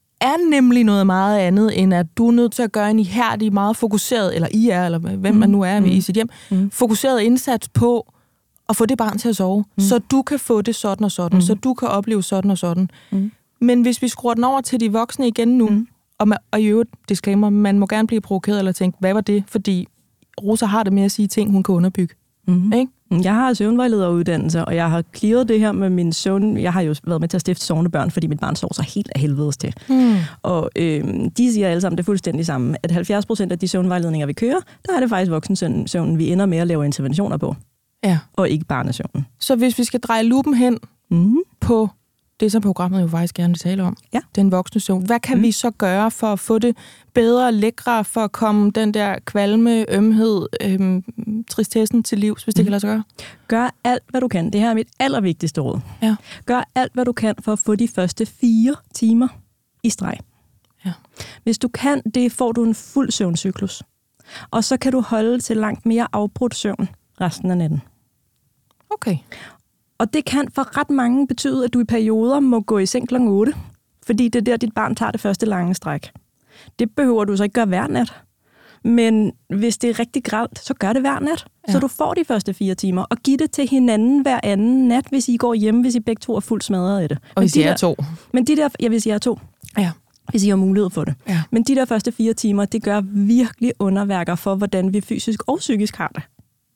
er nemlig noget meget andet, end at du er nødt til at gøre en ihærdig, meget fokuseret, eller I er, eller hvem mm. man nu er mm. i sit hjem, mm. fokuseret indsats på at få det barn til at sove, mm. så du kan få det sådan og sådan, mm. så du kan opleve sådan og sådan. Mm. Men hvis vi skruer den over til de voksne igen nu, mm. og, man, og i øvrigt, disclaimer, man må gerne blive provokeret eller tænke, hvad var det? Fordi Rosa har det med at sige ting, hun kan underbygge. Mm-hmm. Ikke? Jeg har søvnvejlederuddannelse, og jeg har clearet det her med min søvn. Jeg har jo været med til at stifte sovende børn, fordi mit barn sover så helt af helvedes til. Mm. Og øh, de siger alle sammen det fuldstændig samme, at halvfjerds procent af de søvnvejledninger, vi kører, der er det faktisk voksensøvnen, vi ender med at lave interventioner på. Ja. Og ikke barnesøvnen. Så hvis vi skal dreje lupen hen mm. på det, som programmet jo faktisk gerne vil tale om, ja. den voksne søvn, hvad kan mm. vi så gøre for at få det bedre, lækre, for at komme den der kvalme, ømhed, øhm, tristessen til livs, hvis det mm. kan lade sig gøre? Gør alt, hvad du kan. Det her er mit allervigtigste råd. Ja. Gør alt, hvad du kan for at få de første fire timer i streg. Ja. Hvis du kan, det får du en fuld søvncyklus. Og så kan du holde til langt mere afbrudt søvn resten af natten. Okay. Og det kan for ret mange betyde, at du i perioder må gå i seng klokken otte, fordi det er der, dit barn tager det første lange stræk. Det behøver du så ikke gøre hver nat. Men hvis det er rigtig grelt, så gør det hver nat. Ja. Så du får de første fire timer, og giv det til hinanden hver anden nat, hvis I går hjem, hvis I begge to er fuldt smadret af det. Og hvis I er to. Men de der, ja, hvis I er to. Ja. Hvis I har mulighed for det. Ja. Men de der første fire timer, det gør virkelig underværker for, hvordan vi fysisk og psykisk har det.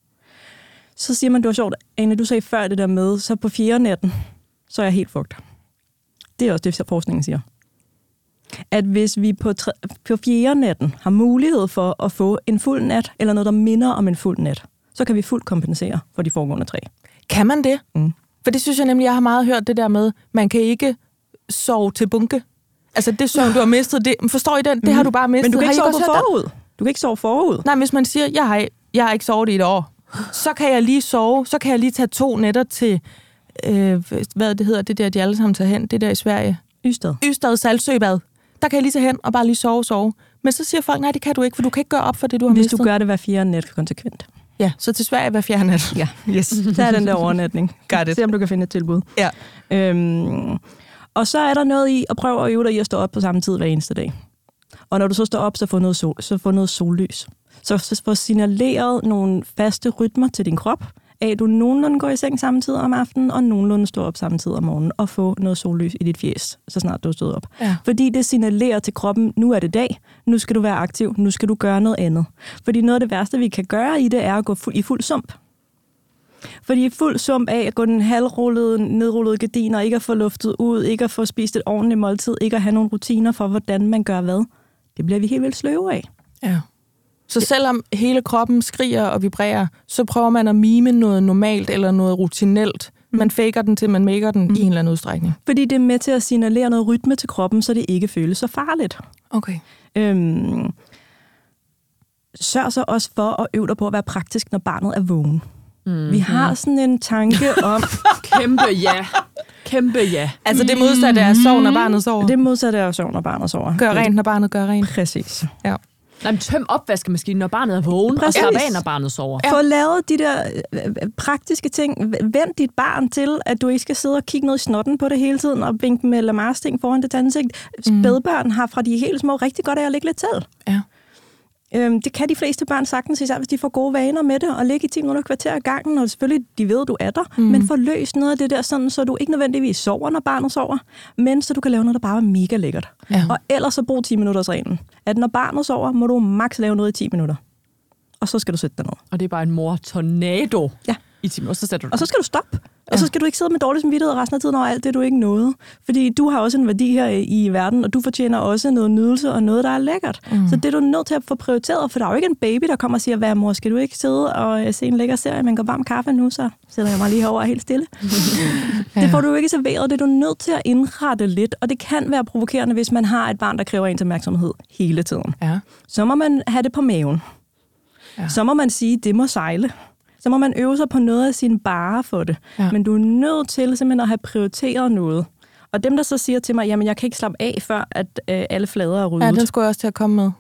Så siger man, det var sjovt, Ane, du sagde før det der med, så på fjerde natten, så er jeg helt fugt. Det er også det, forskningen siger. At hvis vi på, tre, på fjerde natten har mulighed for at få en fuld nat, eller noget, der minder om en fuld nat, så kan vi fuldt kompensere for de foregående tre. Kan man det? Mm. For det synes jeg nemlig, jeg har meget hørt det der med, man kan ikke sove til bunke. Altså det søvn, du har mistet, det, forstår I den? Det mm. har du bare mistet. Men du kan ikke har sove forud. Du kan ikke sove forud. Nej, hvis man siger, jeg har, jeg har ikke sovet i et år, så kan jeg lige sove, så kan jeg lige tage to nætter til, øh, hvad det hedder, det der, de alle sammen tager hen, det der i Sverige. Ystad. Ystad Saltsøbad. Der kan jeg lige tage hen og bare lige sove, sove. Men så siger folk, nej, det kan du ikke, for du kan ikke gøre op for det, du har Hvis mistet. du gør det hver fjerde nat konsekvent. Ja, så til Sverige hver fjerde nat. Ja, yes. Der er den der overnatning. Got it. Se om du kan finde et tilbud. Ja. Øhm, og så er der noget i at prøve at øve dig i at stå op på samme tid hver eneste dag. Og når du så står op, så får noget, sol, så får noget sollys. Så få signaleret nogle faste rytmer til din krop, af at du nogenlunde går i seng samtidig om aftenen, og nogenlunde står op samtidig om morgenen, og få noget sollys i dit fjes, så snart du er stået op. Ja. Fordi det signalerer til kroppen, nu er det dag, nu skal du være aktiv, nu skal du gøre noget andet. Fordi noget af det værste, vi kan gøre i det, er at gå fu- i fuld sump. Fordi i fuld sump af at gå den halvrullede, nedrullede gardiner, ikke at få luftet ud, ikke at få spist et ordentligt måltid, ikke at have nogle rutiner for, hvordan man gør hvad, det bliver vi helt vildt sløve af. Ja. Så selvom hele kroppen skriger og vibrerer, så prøver man at mime noget normalt eller noget rutinelt. Man faker den til, man maker den mm. i en eller anden udstrækning. Fordi det er med til at signalere noget rytme til kroppen, så det ikke føles så farligt. Okay. Øhm, sørg så også for at øve dig på at være praktisk, når barnet er vågen. Mm-hmm. Vi har sådan en tanke om... Kæmpe ja. Kæmpe ja. Altså det modsatte er sov, når barnet sover. Det modsatte er sov, når barnet sover. Gør rent, når barnet gør rent. Præcis. Ja. Nej, men tøm opvaskemaskinen, når barnet er vågen, og slap af, når barnet sover. Ja. Få lavet de der øh, praktiske ting. Vend dit barn til, at du ikke skal sidde og kigge ned i snotten på det hele tiden, og vinke med Lamars-ting foran det ansigt. Spædbørn har fra de helt små rigtig godt af at ligge lidt til. Ja. Øhm, det kan de fleste børn sagtens, især hvis de får gode vaner med det, og ligge i ti minutter kvarter i gangen, og selvfølgelig, de ved, du er der, mm. men få løst noget af det der, sådan, så du ikke nødvendigvis sover, når barnet sover, men så du kan lave noget, der bare er mega lækkert. Ja. Og ellers så brug ti minutters reglen. At når barnet sover, må du maks lave noget i ti minutter. Og så skal du sætte dig ned. Og det er bare en mor-tornado. Ja. I ti minutter, og så sætter du Og så skal du stoppe. Og så skal du ikke sidde med dårlig samvittighed resten af tiden over alt det, du ikke nåede. Fordi du har også en værdi her i verden, og du fortjener også noget nydelse og noget, der er lækkert. Mm. Så det er du nødt til at få prioriteret, for der er jo ikke en baby, der kommer og siger, hvad mor, skal du ikke sidde og se en lækker serie, men går varm kaffe nu, så sætter jeg mig lige herover helt stille. Ja. Det får du jo ikke serveret, det er du nødt til at indrette lidt, og det kan være provokerende, hvis man har et barn, der kræver ens opmærksomhed hele tiden. Ja. Så må man have det på maven. Ja. Så må man sige, det må sejle. Så må man øve sig på noget af sin bare for det. Ja. Men du er nødt til simpelthen at have prioriteret noget. Og dem, der så siger til mig, jamen jeg kan ikke slappe af, før at øh, alle flader er ryddet. Ja, den skulle jeg også til at komme med.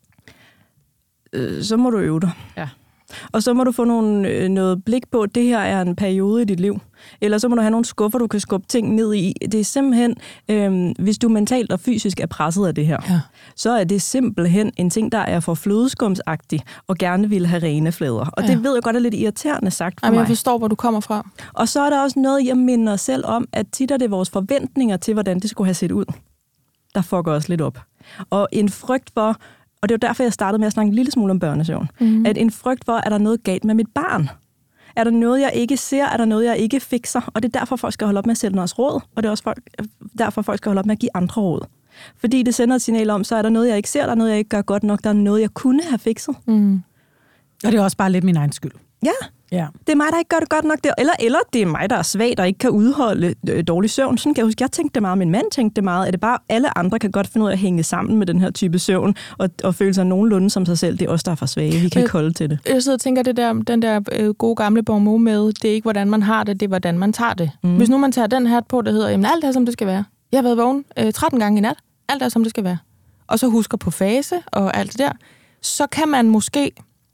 Øh, så må du øve dig. Ja. Og så må du få nogle, øh, noget blik på, at det her er en periode i dit liv. Eller så må du have nogle skuffer, du kan skubbe ting ned i. Det er simpelthen, øh, hvis du mentalt og fysisk er presset af det her, ja. Så er det simpelthen en ting, der er for flødeskumsagtig og gerne vil have rene flader. Og ja. Det ved jeg godt er lidt irriterende sagt for Jamen, mig. Jeg forstår, hvor du kommer fra. Og så er der også noget, jeg minder os selv om, at tit er det vores forventninger til, hvordan det skulle have set ud, der fucker os lidt op. Og en frygt for, og det er jo derfor, jeg startede med at snakke en lille smule om børnesøvn, mm. at en frygt for, at der er noget galt med mit barn. Er der noget, jeg ikke ser? Er der noget, jeg ikke fikser? Og det er derfor, folk skal holde op med at sætte os råd, og det er også folk, derfor, folk skal holde op med at give andre råd. Fordi det sender et signal om, så er der noget, jeg ikke ser, der er noget, jeg ikke gør godt nok, der er noget, jeg kunne have fikset. Mm. Og det er også bare lidt min egen skyld. Ja, ja. Det er mig, der ikke gør det godt nok. Eller, eller det er mig, der er svag, der ikke kan udholde øh, dårlig søvn. Sådan kan jeg huske, jeg tænkte det meget, min mand tænkte det meget, at det bare alle andre kan godt finde ud af at hænge sammen med den her type søvn, og, og føle sig nogenlunde som sig selv. Det er os, der er for svage. Vi kan ikke holde til det. Jeg sidder og tænker, det der, den der øh, gode gamle bonmot med, det er ikke, hvordan man har det, det er, hvordan man tager det. Mm. Hvis nu man tager den hat på, der hedder, jamen alt er, som det skal være. Jeg har været vågen øh, tretten gange i nat. Alt er, som det skal være. Og så husker på fase og alt det der. Så kan man måske,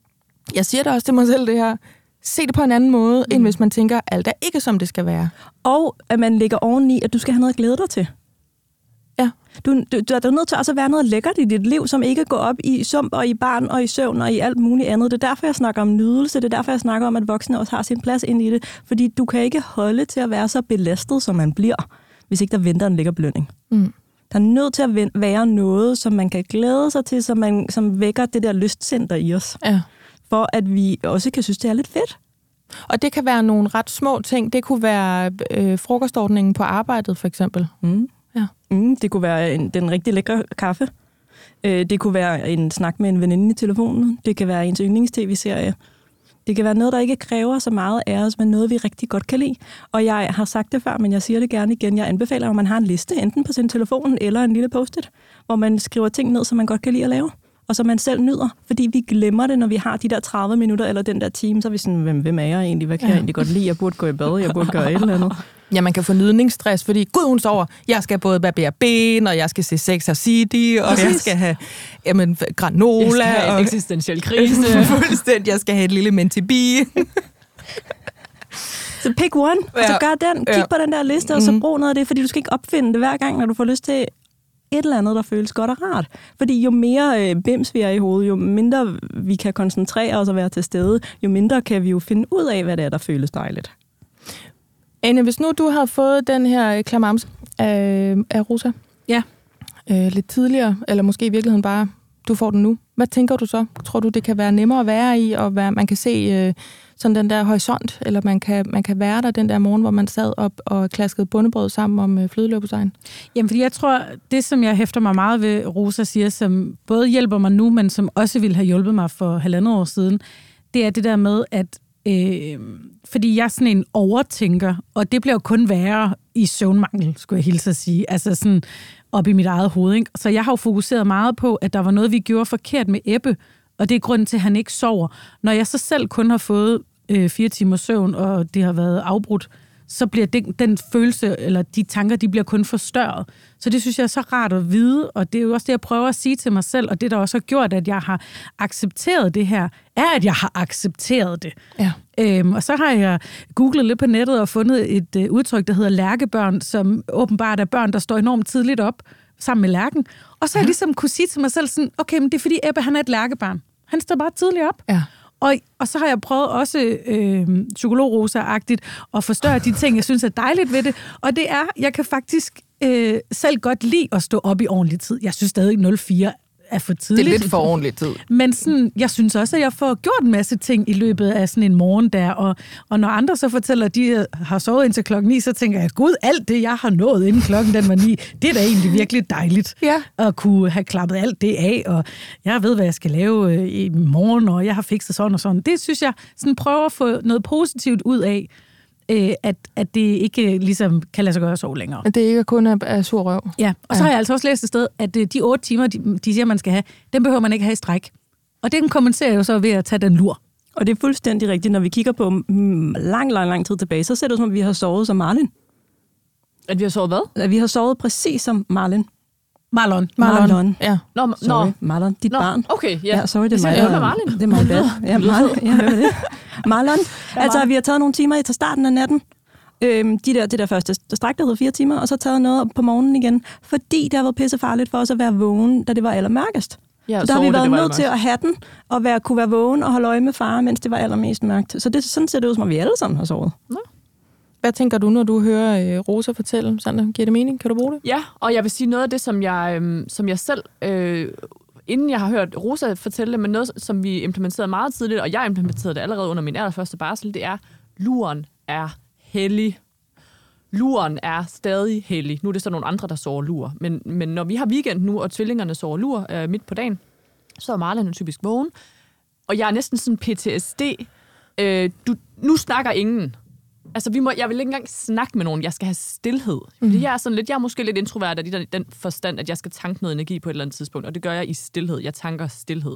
jeg siger det også til mig selv det her, se det på en anden måde, mm. end hvis man tænker, alt er ikke, som det skal være. Og at man lægger oveni, at du skal have noget at glæde dig til. Ja. Du, du, du er nødt til også at være noget lækkert i dit liv, som ikke går op i sump og i barn og i søvn og i alt muligt andet. Det er derfor, jeg snakker om nydelse. Det er derfor, jeg snakker om, at voksne også har sin plads ind i det. Fordi du kan ikke holde til at være så belastet, som man bliver, hvis ikke der venter en lækker belønning. Mm. Der er nødt til at være noget, som man kan glæde sig til, som, man, som vækker det der lystcenter i os. Ja. For at vi også kan synes, det er lidt fedt. Og det kan være nogle ret små ting. Det kunne være øh, frokostordningen på arbejdet, for eksempel. Mm. Ja. Mm, det kunne være en, den rigtig lækre kaffe. Øh, det kunne være en snak med en veninde i telefonen. Det kan være ens yndlings-tv-serie. Det kan være noget, der ikke kræver så meget af os, men noget, vi rigtig godt kan lide. Og jeg har sagt det før, men jeg siger det gerne igen. Jeg anbefaler, at man har en liste, enten på sin telefon eller en lille post-it, hvor man skriver ting ned, som man godt kan lide at lave, og som man selv nyder. Fordi vi glemmer det, når vi har de der tredive minutter eller den der time, så er vi sådan, hvem, hvem er jeg egentlig? Hvad kan ja. jeg egentlig godt lide? Jeg burde gå i bad, jeg burde gøre et eller andet. Ja, man kan få nydningsstress, fordi gud, hun sover. Jeg skal både barbere ben, og jeg skal se Sex and City, og jeg skal have jamen, granola. Jeg skal have en og eksistentiel krise. Fuldstændig. Jeg skal have et lille mentibi. Så pick one, og så gør den. Kig ja. på den der liste, og så brug noget af det, fordi du skal ikke opfinde det hver gang, når du får lyst til et eller andet, der føles godt og rart. Fordi jo mere øh, bims vi er i hovedet, jo mindre vi kan koncentrere os og være til stede, jo mindre kan vi jo finde ud af, hvad det er, der føles dejligt. Anne, hvis nu du havde fået den her klamams af, af Rosa, ja. øh, lidt tidligere, eller måske i virkeligheden bare, du får den nu, hvad tænker du så? Tror du, det kan være nemmere at være i, og være, man kan se øh, sådan den der horisont, eller man kan, man kan være der den der morgen, hvor man sad op og klaskede bundebrød sammen om øh, flødeløbdejen? Jamen, fordi jeg tror, det som jeg hæfter mig meget ved, Rosa siger, som både hjælper mig nu, men som også ville have hjulpet mig for halvandet år siden, det er det der med, at Øh, fordi jeg er sådan en overtænker, og det bliver jo kun værre i søvnmangel, skulle jeg hilse at sige, altså sådan op i mit eget hoved, ikke? Så jeg har jo fokuseret meget på, at der var noget, vi gjorde forkert med Ebbe, og det er grunden til, at han ikke sover. Når jeg så selv kun har fået øh, fire timer søvn, og det har været afbrudt, så bliver den, den følelse, eller de tanker, de bliver kun forstørret. Så det synes jeg er så rart at vide, og det er jo også det, jeg prøver at sige til mig selv, og det, der også har gjort, at jeg har accepteret det her, er, at jeg har accepteret det. Ja. Øhm, og så har jeg googlet lidt på nettet og fundet et øh, udtryk, der hedder lærkebørn, som åbenbart er børn, der står enormt tidligt op sammen med lærken. Og så har jeg ligesom kunne sige til mig selv sådan, okay, men det er fordi Ebbe, han er et lærkebarn. Han står bare tidligt op. Ja. Og, og så har jeg prøvet også øh, psykolog-rosa-agtigt at forstørre de ting, jeg synes er dejligt ved det. Og det er, jeg kan faktisk øh, selv godt lide at stå op i ordentlig tid. Jeg synes stadig nul fire er for tidligt. Det er lidt for ordentlig tid. Men sådan, jeg synes også, at jeg får gjort en masse ting i løbet af sådan en morgen der. Og, og når andre så fortæller, at de har sovet indtil klokken ni, så tænker jeg, gud, alt det, jeg har nået inden klokken den var ni, det er da egentlig virkelig dejligt. Ja. At kunne have klappet alt det af, og jeg ved, hvad jeg skal lave øh, i morgen, og jeg har fikset sådan og sådan. Det synes jeg sådan prøver at få noget positivt ud af, øh, at, at det ikke ligesom kan lade sig gøre så længere. At det ikke kun er, er sur røv. Ja, og så har jeg altså også læst et sted, at de otte timer, de, de siger, man skal have, dem behøver man ikke have i stræk. Og det kompenserer jo så ved at tage den lur. Og det er fuldstændig rigtigt. Når vi kigger på mm, lang, lang, lang tid tilbage, så ser det ud som, at vi har sovet som Marlin. At vi har sovet hvad? At vi har sovet præcis som Marlin. Marlon. Marlon. Marlon. Ja. Nå, Sorry, nå. Marlon, dit Nå, barn. okay, ja. Ja, sorry, det er Jeg mig. siger, der- det er Marlin. Det er mig, bad. Ja, Marlon. Jeg hører det. Marlon. Altså, vi har taget nogle timer til starten af natten. Øhm, de der, det der første stræk, der hed fire timer, og så taget noget på morgenen igen, fordi det har været pissefarligt for os at være vågen, da det var allermørkest. Ja, Så der har vi sove, da været det var nødt til at have den, og være, kunne være vågen og holde øje med far, mens det var allermest mørkt. Så det, sådan ser det ud, som om vi alle sammen har sovet. Hvad tænker du, når du hører øh, Rosa fortælle? Sådan, giver det mening? Kan du bruge det? Ja, og jeg vil sige noget af det, som jeg, øhm, som jeg selv, øh, inden jeg har hørt Rosa fortælle det, men noget, som vi implementerede meget tidligt, og jeg implementerede det allerede under min allerførste barsel, det er, luren er hellig. Luren er stadig hellig. Nu er det så nogle andre, der sover lur. Men, men når vi har weekend nu, og tvillingerne sover lur øh, midt på dagen, så er Marlon jo typisk vågen. Og jeg er næsten sådan P T S D. Øh, du, nu snakker ingen. Altså, vi må, jeg vil ikke engang snakke med nogen. Jeg skal have stilhed. Fordi mm. jeg er sådan lidt, jeg er måske lidt introvert af den, den forstand, at jeg skal tanke noget energi på et eller andet tidspunkt. Og det gør jeg i stilhed. Jeg tanker stilhed.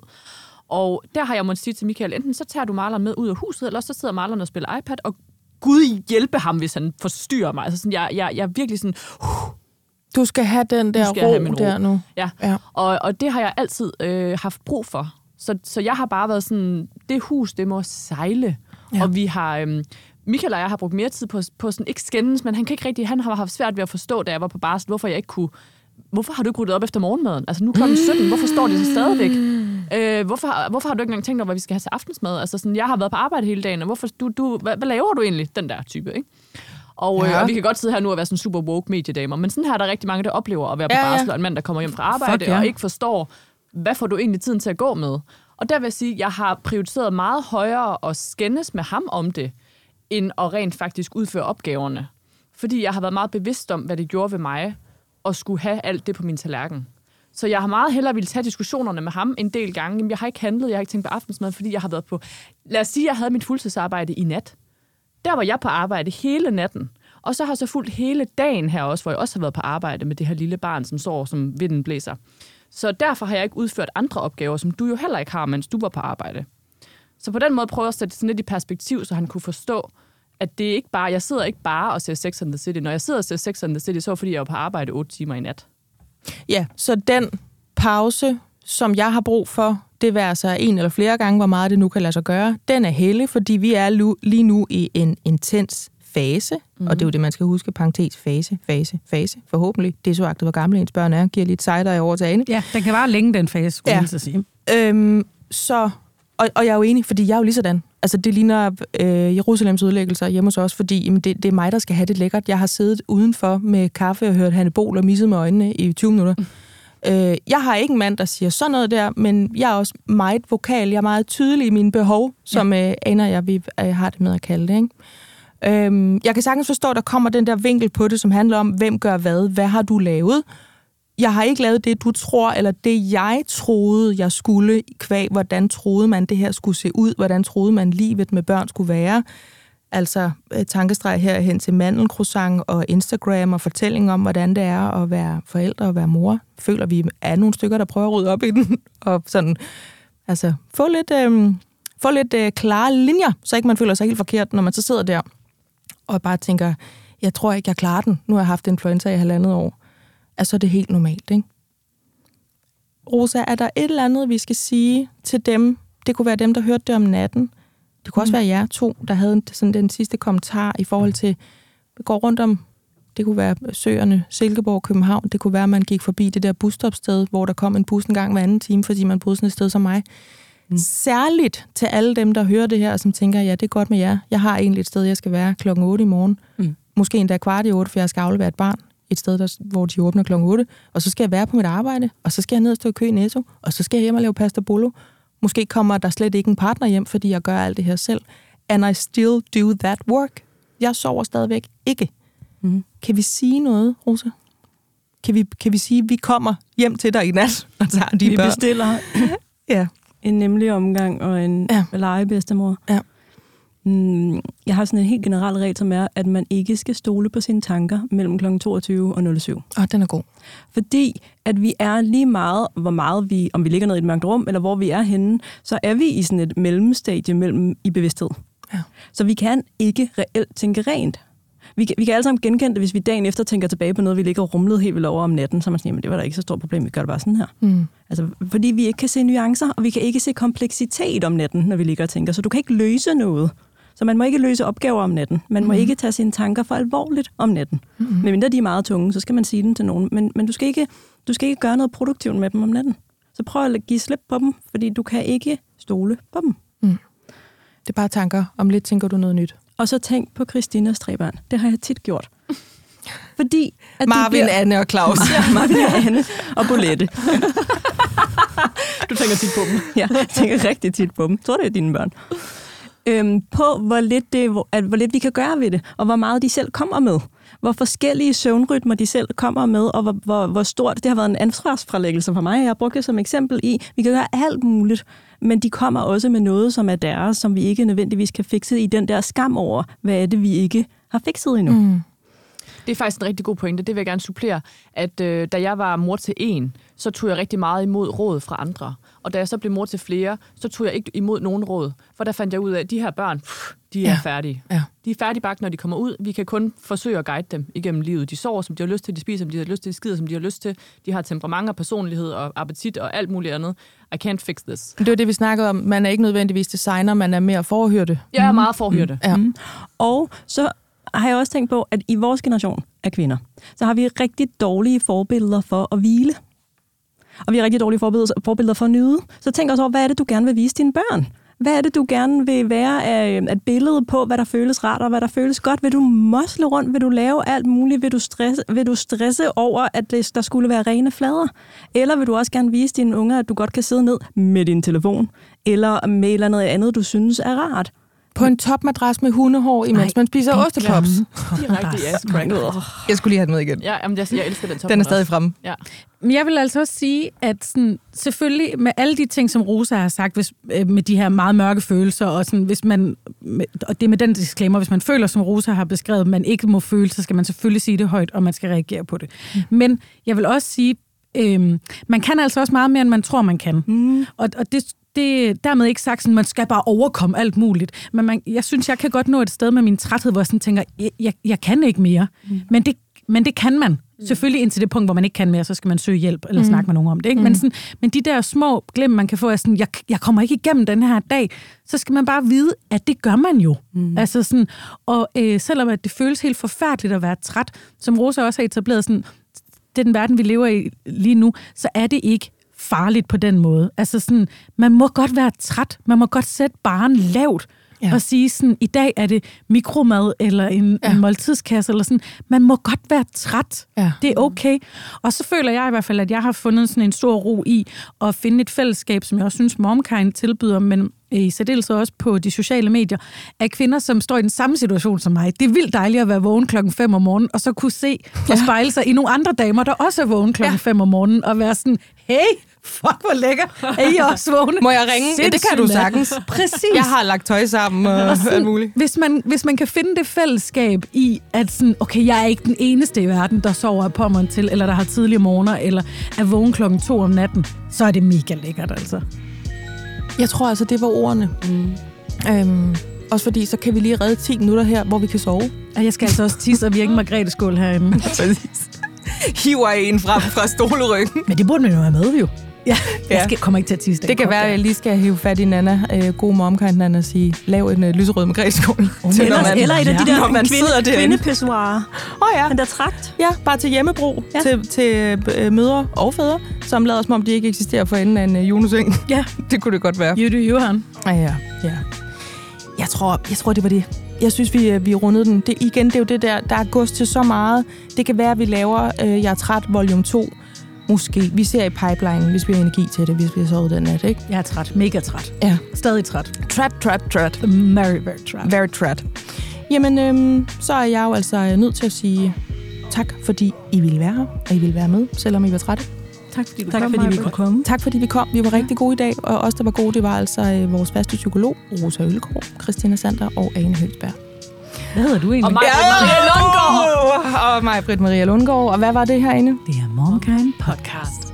Og der har jeg måttet sige til Michael, enten så tager du Marlon med ud af huset, eller så sidder Marlon og spiller iPad, og Gud hjælpe ham, hvis han forstyrrer mig. Altså sådan, jeg, jeg, jeg er virkelig sådan... Uh, Du skal have den der skal ro, have min ro. der nu. ja. Ja. Og, og det har jeg altid øh, haft brug for. Så, så jeg har bare været sådan, det hus, det må sejle. Ja. Og vi har... Øh, Michael og jeg har brugt mere tid på, på sådan, ikke skændes, men han kan ikke rigtig, han har haft svært ved at forstå, da jeg var på barsel, hvorfor jeg ikke kunne... Hvorfor har du ikke ryddet op efter morgenmaden? Altså nu klokken sytten, hvorfor står det så stadigvæk? Øh, hvorfor, hvorfor har du ikke engang tænkt over, hvad vi skal have til aftensmad? Altså sådan, jeg har været på arbejde hele dagen, og hvorfor, du, du, hvad, hvad laver du egentlig? Den der type, ikke? Og, Ja. øh, og vi kan godt sidde her nu og være sådan super woke mediedamer, men sådan her er der rigtig mange, der oplever at være på Ja, ja. barsel, og en mand, der kommer hjem fra arbejde, Fuck, ja. og ikke forstår, hvad får du egentlig tiden til at gå med? Og der vil jeg sige, at jeg har prioriteret meget højere at skændes med ham om det, end at rent faktisk udføre opgaverne. Fordi jeg har været meget bevidst om, hvad det gjorde ved mig, at skulle have alt det på min tallerken. Så jeg har meget hellere ville tage diskussionerne med ham en del gange. Jamen, jeg har ikke handlet, jeg har ikke tænkt på aftensmad, fordi jeg har været på... Lad os sige, at jeg havde mit fuldtidsarbejde i nat. Der var jeg på arbejde hele natten. Og så har jeg så fulgt hele dagen her også, hvor jeg også har været på arbejde med det her lille barn, som sover, som vinden blæser. Så derfor har jeg ikke udført andre opgaver, som du jo heller ikke har, mens du var på arbejde. Så på den måde prøver jeg at sætte sådan lidt i perspektiv, så han kunne forstå, at det er ikke bare, jeg sidder ikke bare og ser Sex and the City. Når jeg sidder og ser Sex and the City, så er det, fordi jeg var på arbejde otte timer i nat. Ja, så den pause, som jeg har brug for, det vil altså en eller flere gange, hvor meget det nu kan lade sig gøre, den er heldig, fordi vi er lu- lige nu i en intens fase, mm-hmm. og det er jo det, man skal huske, parentes, fase, fase, fase, forhåbentlig. Det er så agtet, hvor gamle ens børn er, giver lidt sejder over til Ane. Ja, den kan vare længe, den fase, skulle Ja. jeg så sige. Øhm, så, og, og jeg er jo enig, fordi jeg er jo lige sådan. Altså, det ligner øh, Jerusalems udlæggelser hjemme hos os, fordi jamen, det, det er mig, der skal have det lækkert. Jeg har siddet udenfor med kaffe og hørt Hanne Bol og misset med øjnene i tyve minutter. Mm. Øh, jeg har ikke en mand, der siger sådan noget der, men jeg er også meget vokal. Jeg er meget tydelig i mine behov, som ja. øh, aner jeg, vi øh, har det med at kalde det, ikke? Øhm, jeg kan sagtens forstå, at der kommer den der vinkel på det, som handler om, hvem gør hvad, hvad har du lavet? Jeg har ikke lavet det, du tror, eller det, jeg troede, jeg skulle, kvæg, hvordan troede man, det her skulle se ud, hvordan troede man, livet med børn skulle være. Altså tankestreg herhen til mandelcroissant og Instagram og fortælling om, hvordan det er at være forældre og være mor. Føler vi er nogle stykker, der prøver at rydde op i den, og sådan, altså få lidt, øh, få lidt øh, klare linjer, så ikke man føler sig helt forkert, når man så sidder der. og bare tænker, jeg tror ikke, jeg klarer den. Nu har jeg haft influenza i halvandet år. Altså, det er helt normalt, ikke? Rosa, er der et eller andet, vi skal sige til dem? Det kunne være dem, der hørte det om natten. Det kunne også være jer to, der havde sådan den sidste kommentar i forhold til, at gå rundt om, det kunne være Søerne, Silkeborg, København. Det kunne være, at man gik forbi det der busstopsted, hvor der kom en bus en gang hver anden time, fordi man boede sådan et sted som mig. Mm. Særligt til alle dem, der hører det her, og som tænker, ja, det er godt med jer. Jeg har egentlig et sted, jeg skal være klokken otte i morgen. Mm. Måske endda kvart i otte, for jeg skal aflevere et barn et sted, der, hvor de åbner klokken otte. Og så skal jeg være på mit arbejde, og så skal jeg ned og stå i kø i Netto, og så skal jeg hjem og lave pasta bolo. Måske kommer der slet ikke en partner hjem, fordi jeg gør alt det her selv. And I still do that work. Jeg sover stadigvæk ikke. Mm. Kan vi sige noget, Rosa? Kan vi, kan vi sige, at vi kommer hjem til dig i nat og tager de vi børn? Vi bestiller ja. en nemlig omgang og en ja. legebedstemor. Ja. Mm, jeg har sådan en helt generel regel, som er, at man ikke skal stole på sine tanker mellem klokken toogtyve og nul syv. Åh, den er god. Fordi at vi er lige meget, hvor meget vi, om vi ligger ned i et mørkt rum, eller hvor vi er henne, så er vi i sådan et mellemstadie mellem i bevidsthed. Ja. Så vi kan ikke reelt tænke rent. Vi kan, vi kan alle sammen genkende det, hvis vi dagen efter tænker tilbage på noget, vi ligger og rumlede helt vildt over om natten, så man siger, men det var da ikke så stort problem, vi gør det bare sådan her. Mm. Altså, fordi vi ikke kan se nuancer, og vi kan ikke se kompleksitet om natten, når vi ligger og tænker, så du kan ikke løse noget. Så man må ikke løse opgaver om natten. Man må mm. ikke tage sine tanker for alvorligt om natten. Mm. Medmindre de er meget tunge, så skal man sige dem til nogen. Men, men du, skal ikke, du skal ikke gøre noget produktivt med dem om natten. Så prøv at give slip på dem, fordi du kan ikke stole på dem. Mm. Det er bare tanker. Om lidt tænker du noget nyt. Og så tænk på Christinas tre børn. Det har jeg tit gjort. Fordi at Marvin, bliver... Anne og Claus. Marvin, Anne og Bolette. Du tænker tit på dem. Ja, jeg tænker rigtig tit på dem. Jeg tror, det er dine børn. Øhm, på hvor lidt, det, hvor, at, hvor lidt vi kan gøre ved det, og hvor meget de selv kommer med. Hvor forskellige søvnrytmer de selv kommer med, og hvor, hvor, hvor stort det har været en ansvarsfralæggelse for mig. Jeg har brugt det som eksempel i, vi kan gøre alt muligt, men de kommer også med noget, som er deres, som vi ikke nødvendigvis kan fikse i den der skam over, hvad er det, vi ikke har fikset endnu. Mm. Det er faktisk en rigtig god pointe. Det vil jeg gerne supplere, at øh, da jeg var mor til en, så tog jeg rigtig meget imod råd fra andre. Og da jeg så blev mor til flere, så tog jeg ikke imod nogen råd. For der fandt jeg ud af, at de her børn, pff, de er ja. færdige. Ja. De er færdigbagt, når de kommer ud. Vi kan kun forsøge at guide dem igennem livet. De sover, som de har lyst til. De spiser, som de har lyst til. De skider, som de har lyst til. De har temperament og personlighed og appetit og alt muligt andet. I can't fix this. Det var det, vi snakkede om. Man er ikke nødvendigvis designer, man er mere forhørte. Jeg er meget forhørte. Mm. Ja. Mm. Og så har jeg også tænkt på, at i vores generation af kvinder, så har vi rigtig dårlige forbilleder for at hvile. Og vi har rigtig dårlige forbilleder, forbilleder for at nyde. Så tænk også over, hvad er det, du gerne vil vise dine børn? Hvad er det, du gerne vil være af et billede på, hvad der føles rart og hvad der føles godt? Vil du mosle rundt? Vil du lave alt muligt? Vil du stresse, vil du stresse over, at det, der skulle være rene flader? Eller vil du også gerne vise dine unger, at du godt kan sidde ned med din telefon? Eller med et eller andet andet, du synes er rart? På en topmadras med hundehår, imens Ej, man spiser ostepops. Direkte i ass-crack. Jeg skulle lige have den med igen. Ja, jamen, jeg, jeg elsker den topmadras. Den er stadig fremme. Ja. Men jeg vil altså også sige, at sådan, selvfølgelig med alle de ting, som Rosa har sagt, hvis, øh, med de her meget mørke følelser, og, sådan, hvis man, med, og det med den disclaimer, hvis man føler, som Rosa har beskrevet, man ikke må føle, så skal man selvfølgelig sige det højt, og man skal reagere på det. Mm. Men jeg vil også sige, øh, man kan altså også meget mere, end man tror, man kan. Mm. Og, og det Det er dermed ikke sagt, at man skal bare overkomme alt muligt. Men man, jeg synes, jeg kan godt nå et sted med min træthed, hvor jeg sådan tænker, jeg, jeg, jeg kan ikke mere. Mm. Men, det, men det kan man. Mm. Selvfølgelig indtil det punkt, hvor man ikke kan mere, så skal man søge hjælp eller mm. snakke med nogen om det. Ikke? Mm. Men, sådan, men de der små glem, man kan få, er sådan, jeg, jeg kommer ikke igennem den her dag, så skal man bare vide, at det gør man jo. Mm. Altså sådan, og øh, selvom at det føles helt forfærdeligt at være træt, som Rosa også har etableret, sådan, det er den verden, vi lever i lige nu, så er det ikke farligt på den måde. Altså sådan, man må godt være træt, man må godt sætte barren lavt, ja. Og sige sådan, i dag er det mikromad, eller en, ja. en måltidskasse, eller sådan. Man må godt være træt. Ja. Det er okay. Og så føler jeg i hvert fald, at jeg har fundet sådan en stor ro i at finde et fællesskab, som jeg også synes, MomKind tilbyder, men i særdeleshed også på de sociale medier, af kvinder, som står i den samme situation som mig. Det er vildt dejligt at være vågen klokken fem om morgenen, og så kunne se og ja. spejle sig i nogle andre damer, der også er vågen klokken ja. fem om morgenen, og være sådan, hey, fuck, hvor lækker. Er I også vågne? Må jeg ringe? Ja, det kan du sagtens. Præcis. Jeg har lagt tøj sammen og alt muligt. Hvis man, hvis man kan finde det fællesskab i, at sådan, okay, jeg er ikke den eneste i verden, der sover af pommeren til, eller der har tidlige morgener, eller er vågen klokken to om natten, så er det mega lækkert, altså. Jeg tror altså, det var ordene. Mm. Øhm, Også fordi, så kan vi lige redde ti minutter her, hvor vi kan sove. Og jeg skal altså også tisse, og vi er ikke Margrethe-skål herinde. Præcis. Hiver en frem fra stoleryggen. Men det burde man jo have med, jo. Ja, jeg Ja. skal, kommer ikke til at tisse den Det kan kop være, at der. jeg lige skal hive fat i Nana. Øh, god momkind Nana, og sige, lav en øh, lyserød Margrethe-skål. Oh, til, Eller, når man- eller et af de Ja. der Når man kvinde, sidder derinde. kvindepissoirer. Åh ja. Den der trakt. Ja, bare til hjemmebrug, ja. Ja. til, til øh, mødre og fædre, som lader som om, de ikke eksisterer for enden af en øh, juneseng. Ja, Det kunne det godt være. you do you, han. Ja, ja, ja. Jeg tror, jeg tror, det var det. Jeg synes, vi, øh, vi rundede den. Det, igen, det er jo det der, der er gods til så meget. Det kan være, at vi laver øh, Jeg er træt, volume to. Måske. Vi ser i pipeline, hvis vi har energi til det, hvis vi har sovet den nat, ikke? Jeg er træt. Mega træt. Ja. Stadig træt. Træt, træt, træt. Very, very træt. Very træt. Jamen, øhm, så er jeg jo altså nødt til at sige tak, fordi I ville være her, og I ville være med, selvom I var trætte. Tak fordi du Tak kom, fordi vi Maja. kunne komme. Tak fordi vi kom. Vi var rigtig gode i dag, og os, der var gode, det var altså øh, vores faste psykolog, Rosa Ølgaard, Christina Sander og Ane Høgsberg. Hvad hedder du egentlig? Og mig, Maria Lundgaard. Og mig, Britt Maria Lundgaard. Og hvad var det herinde? Det er MomKind Podcast.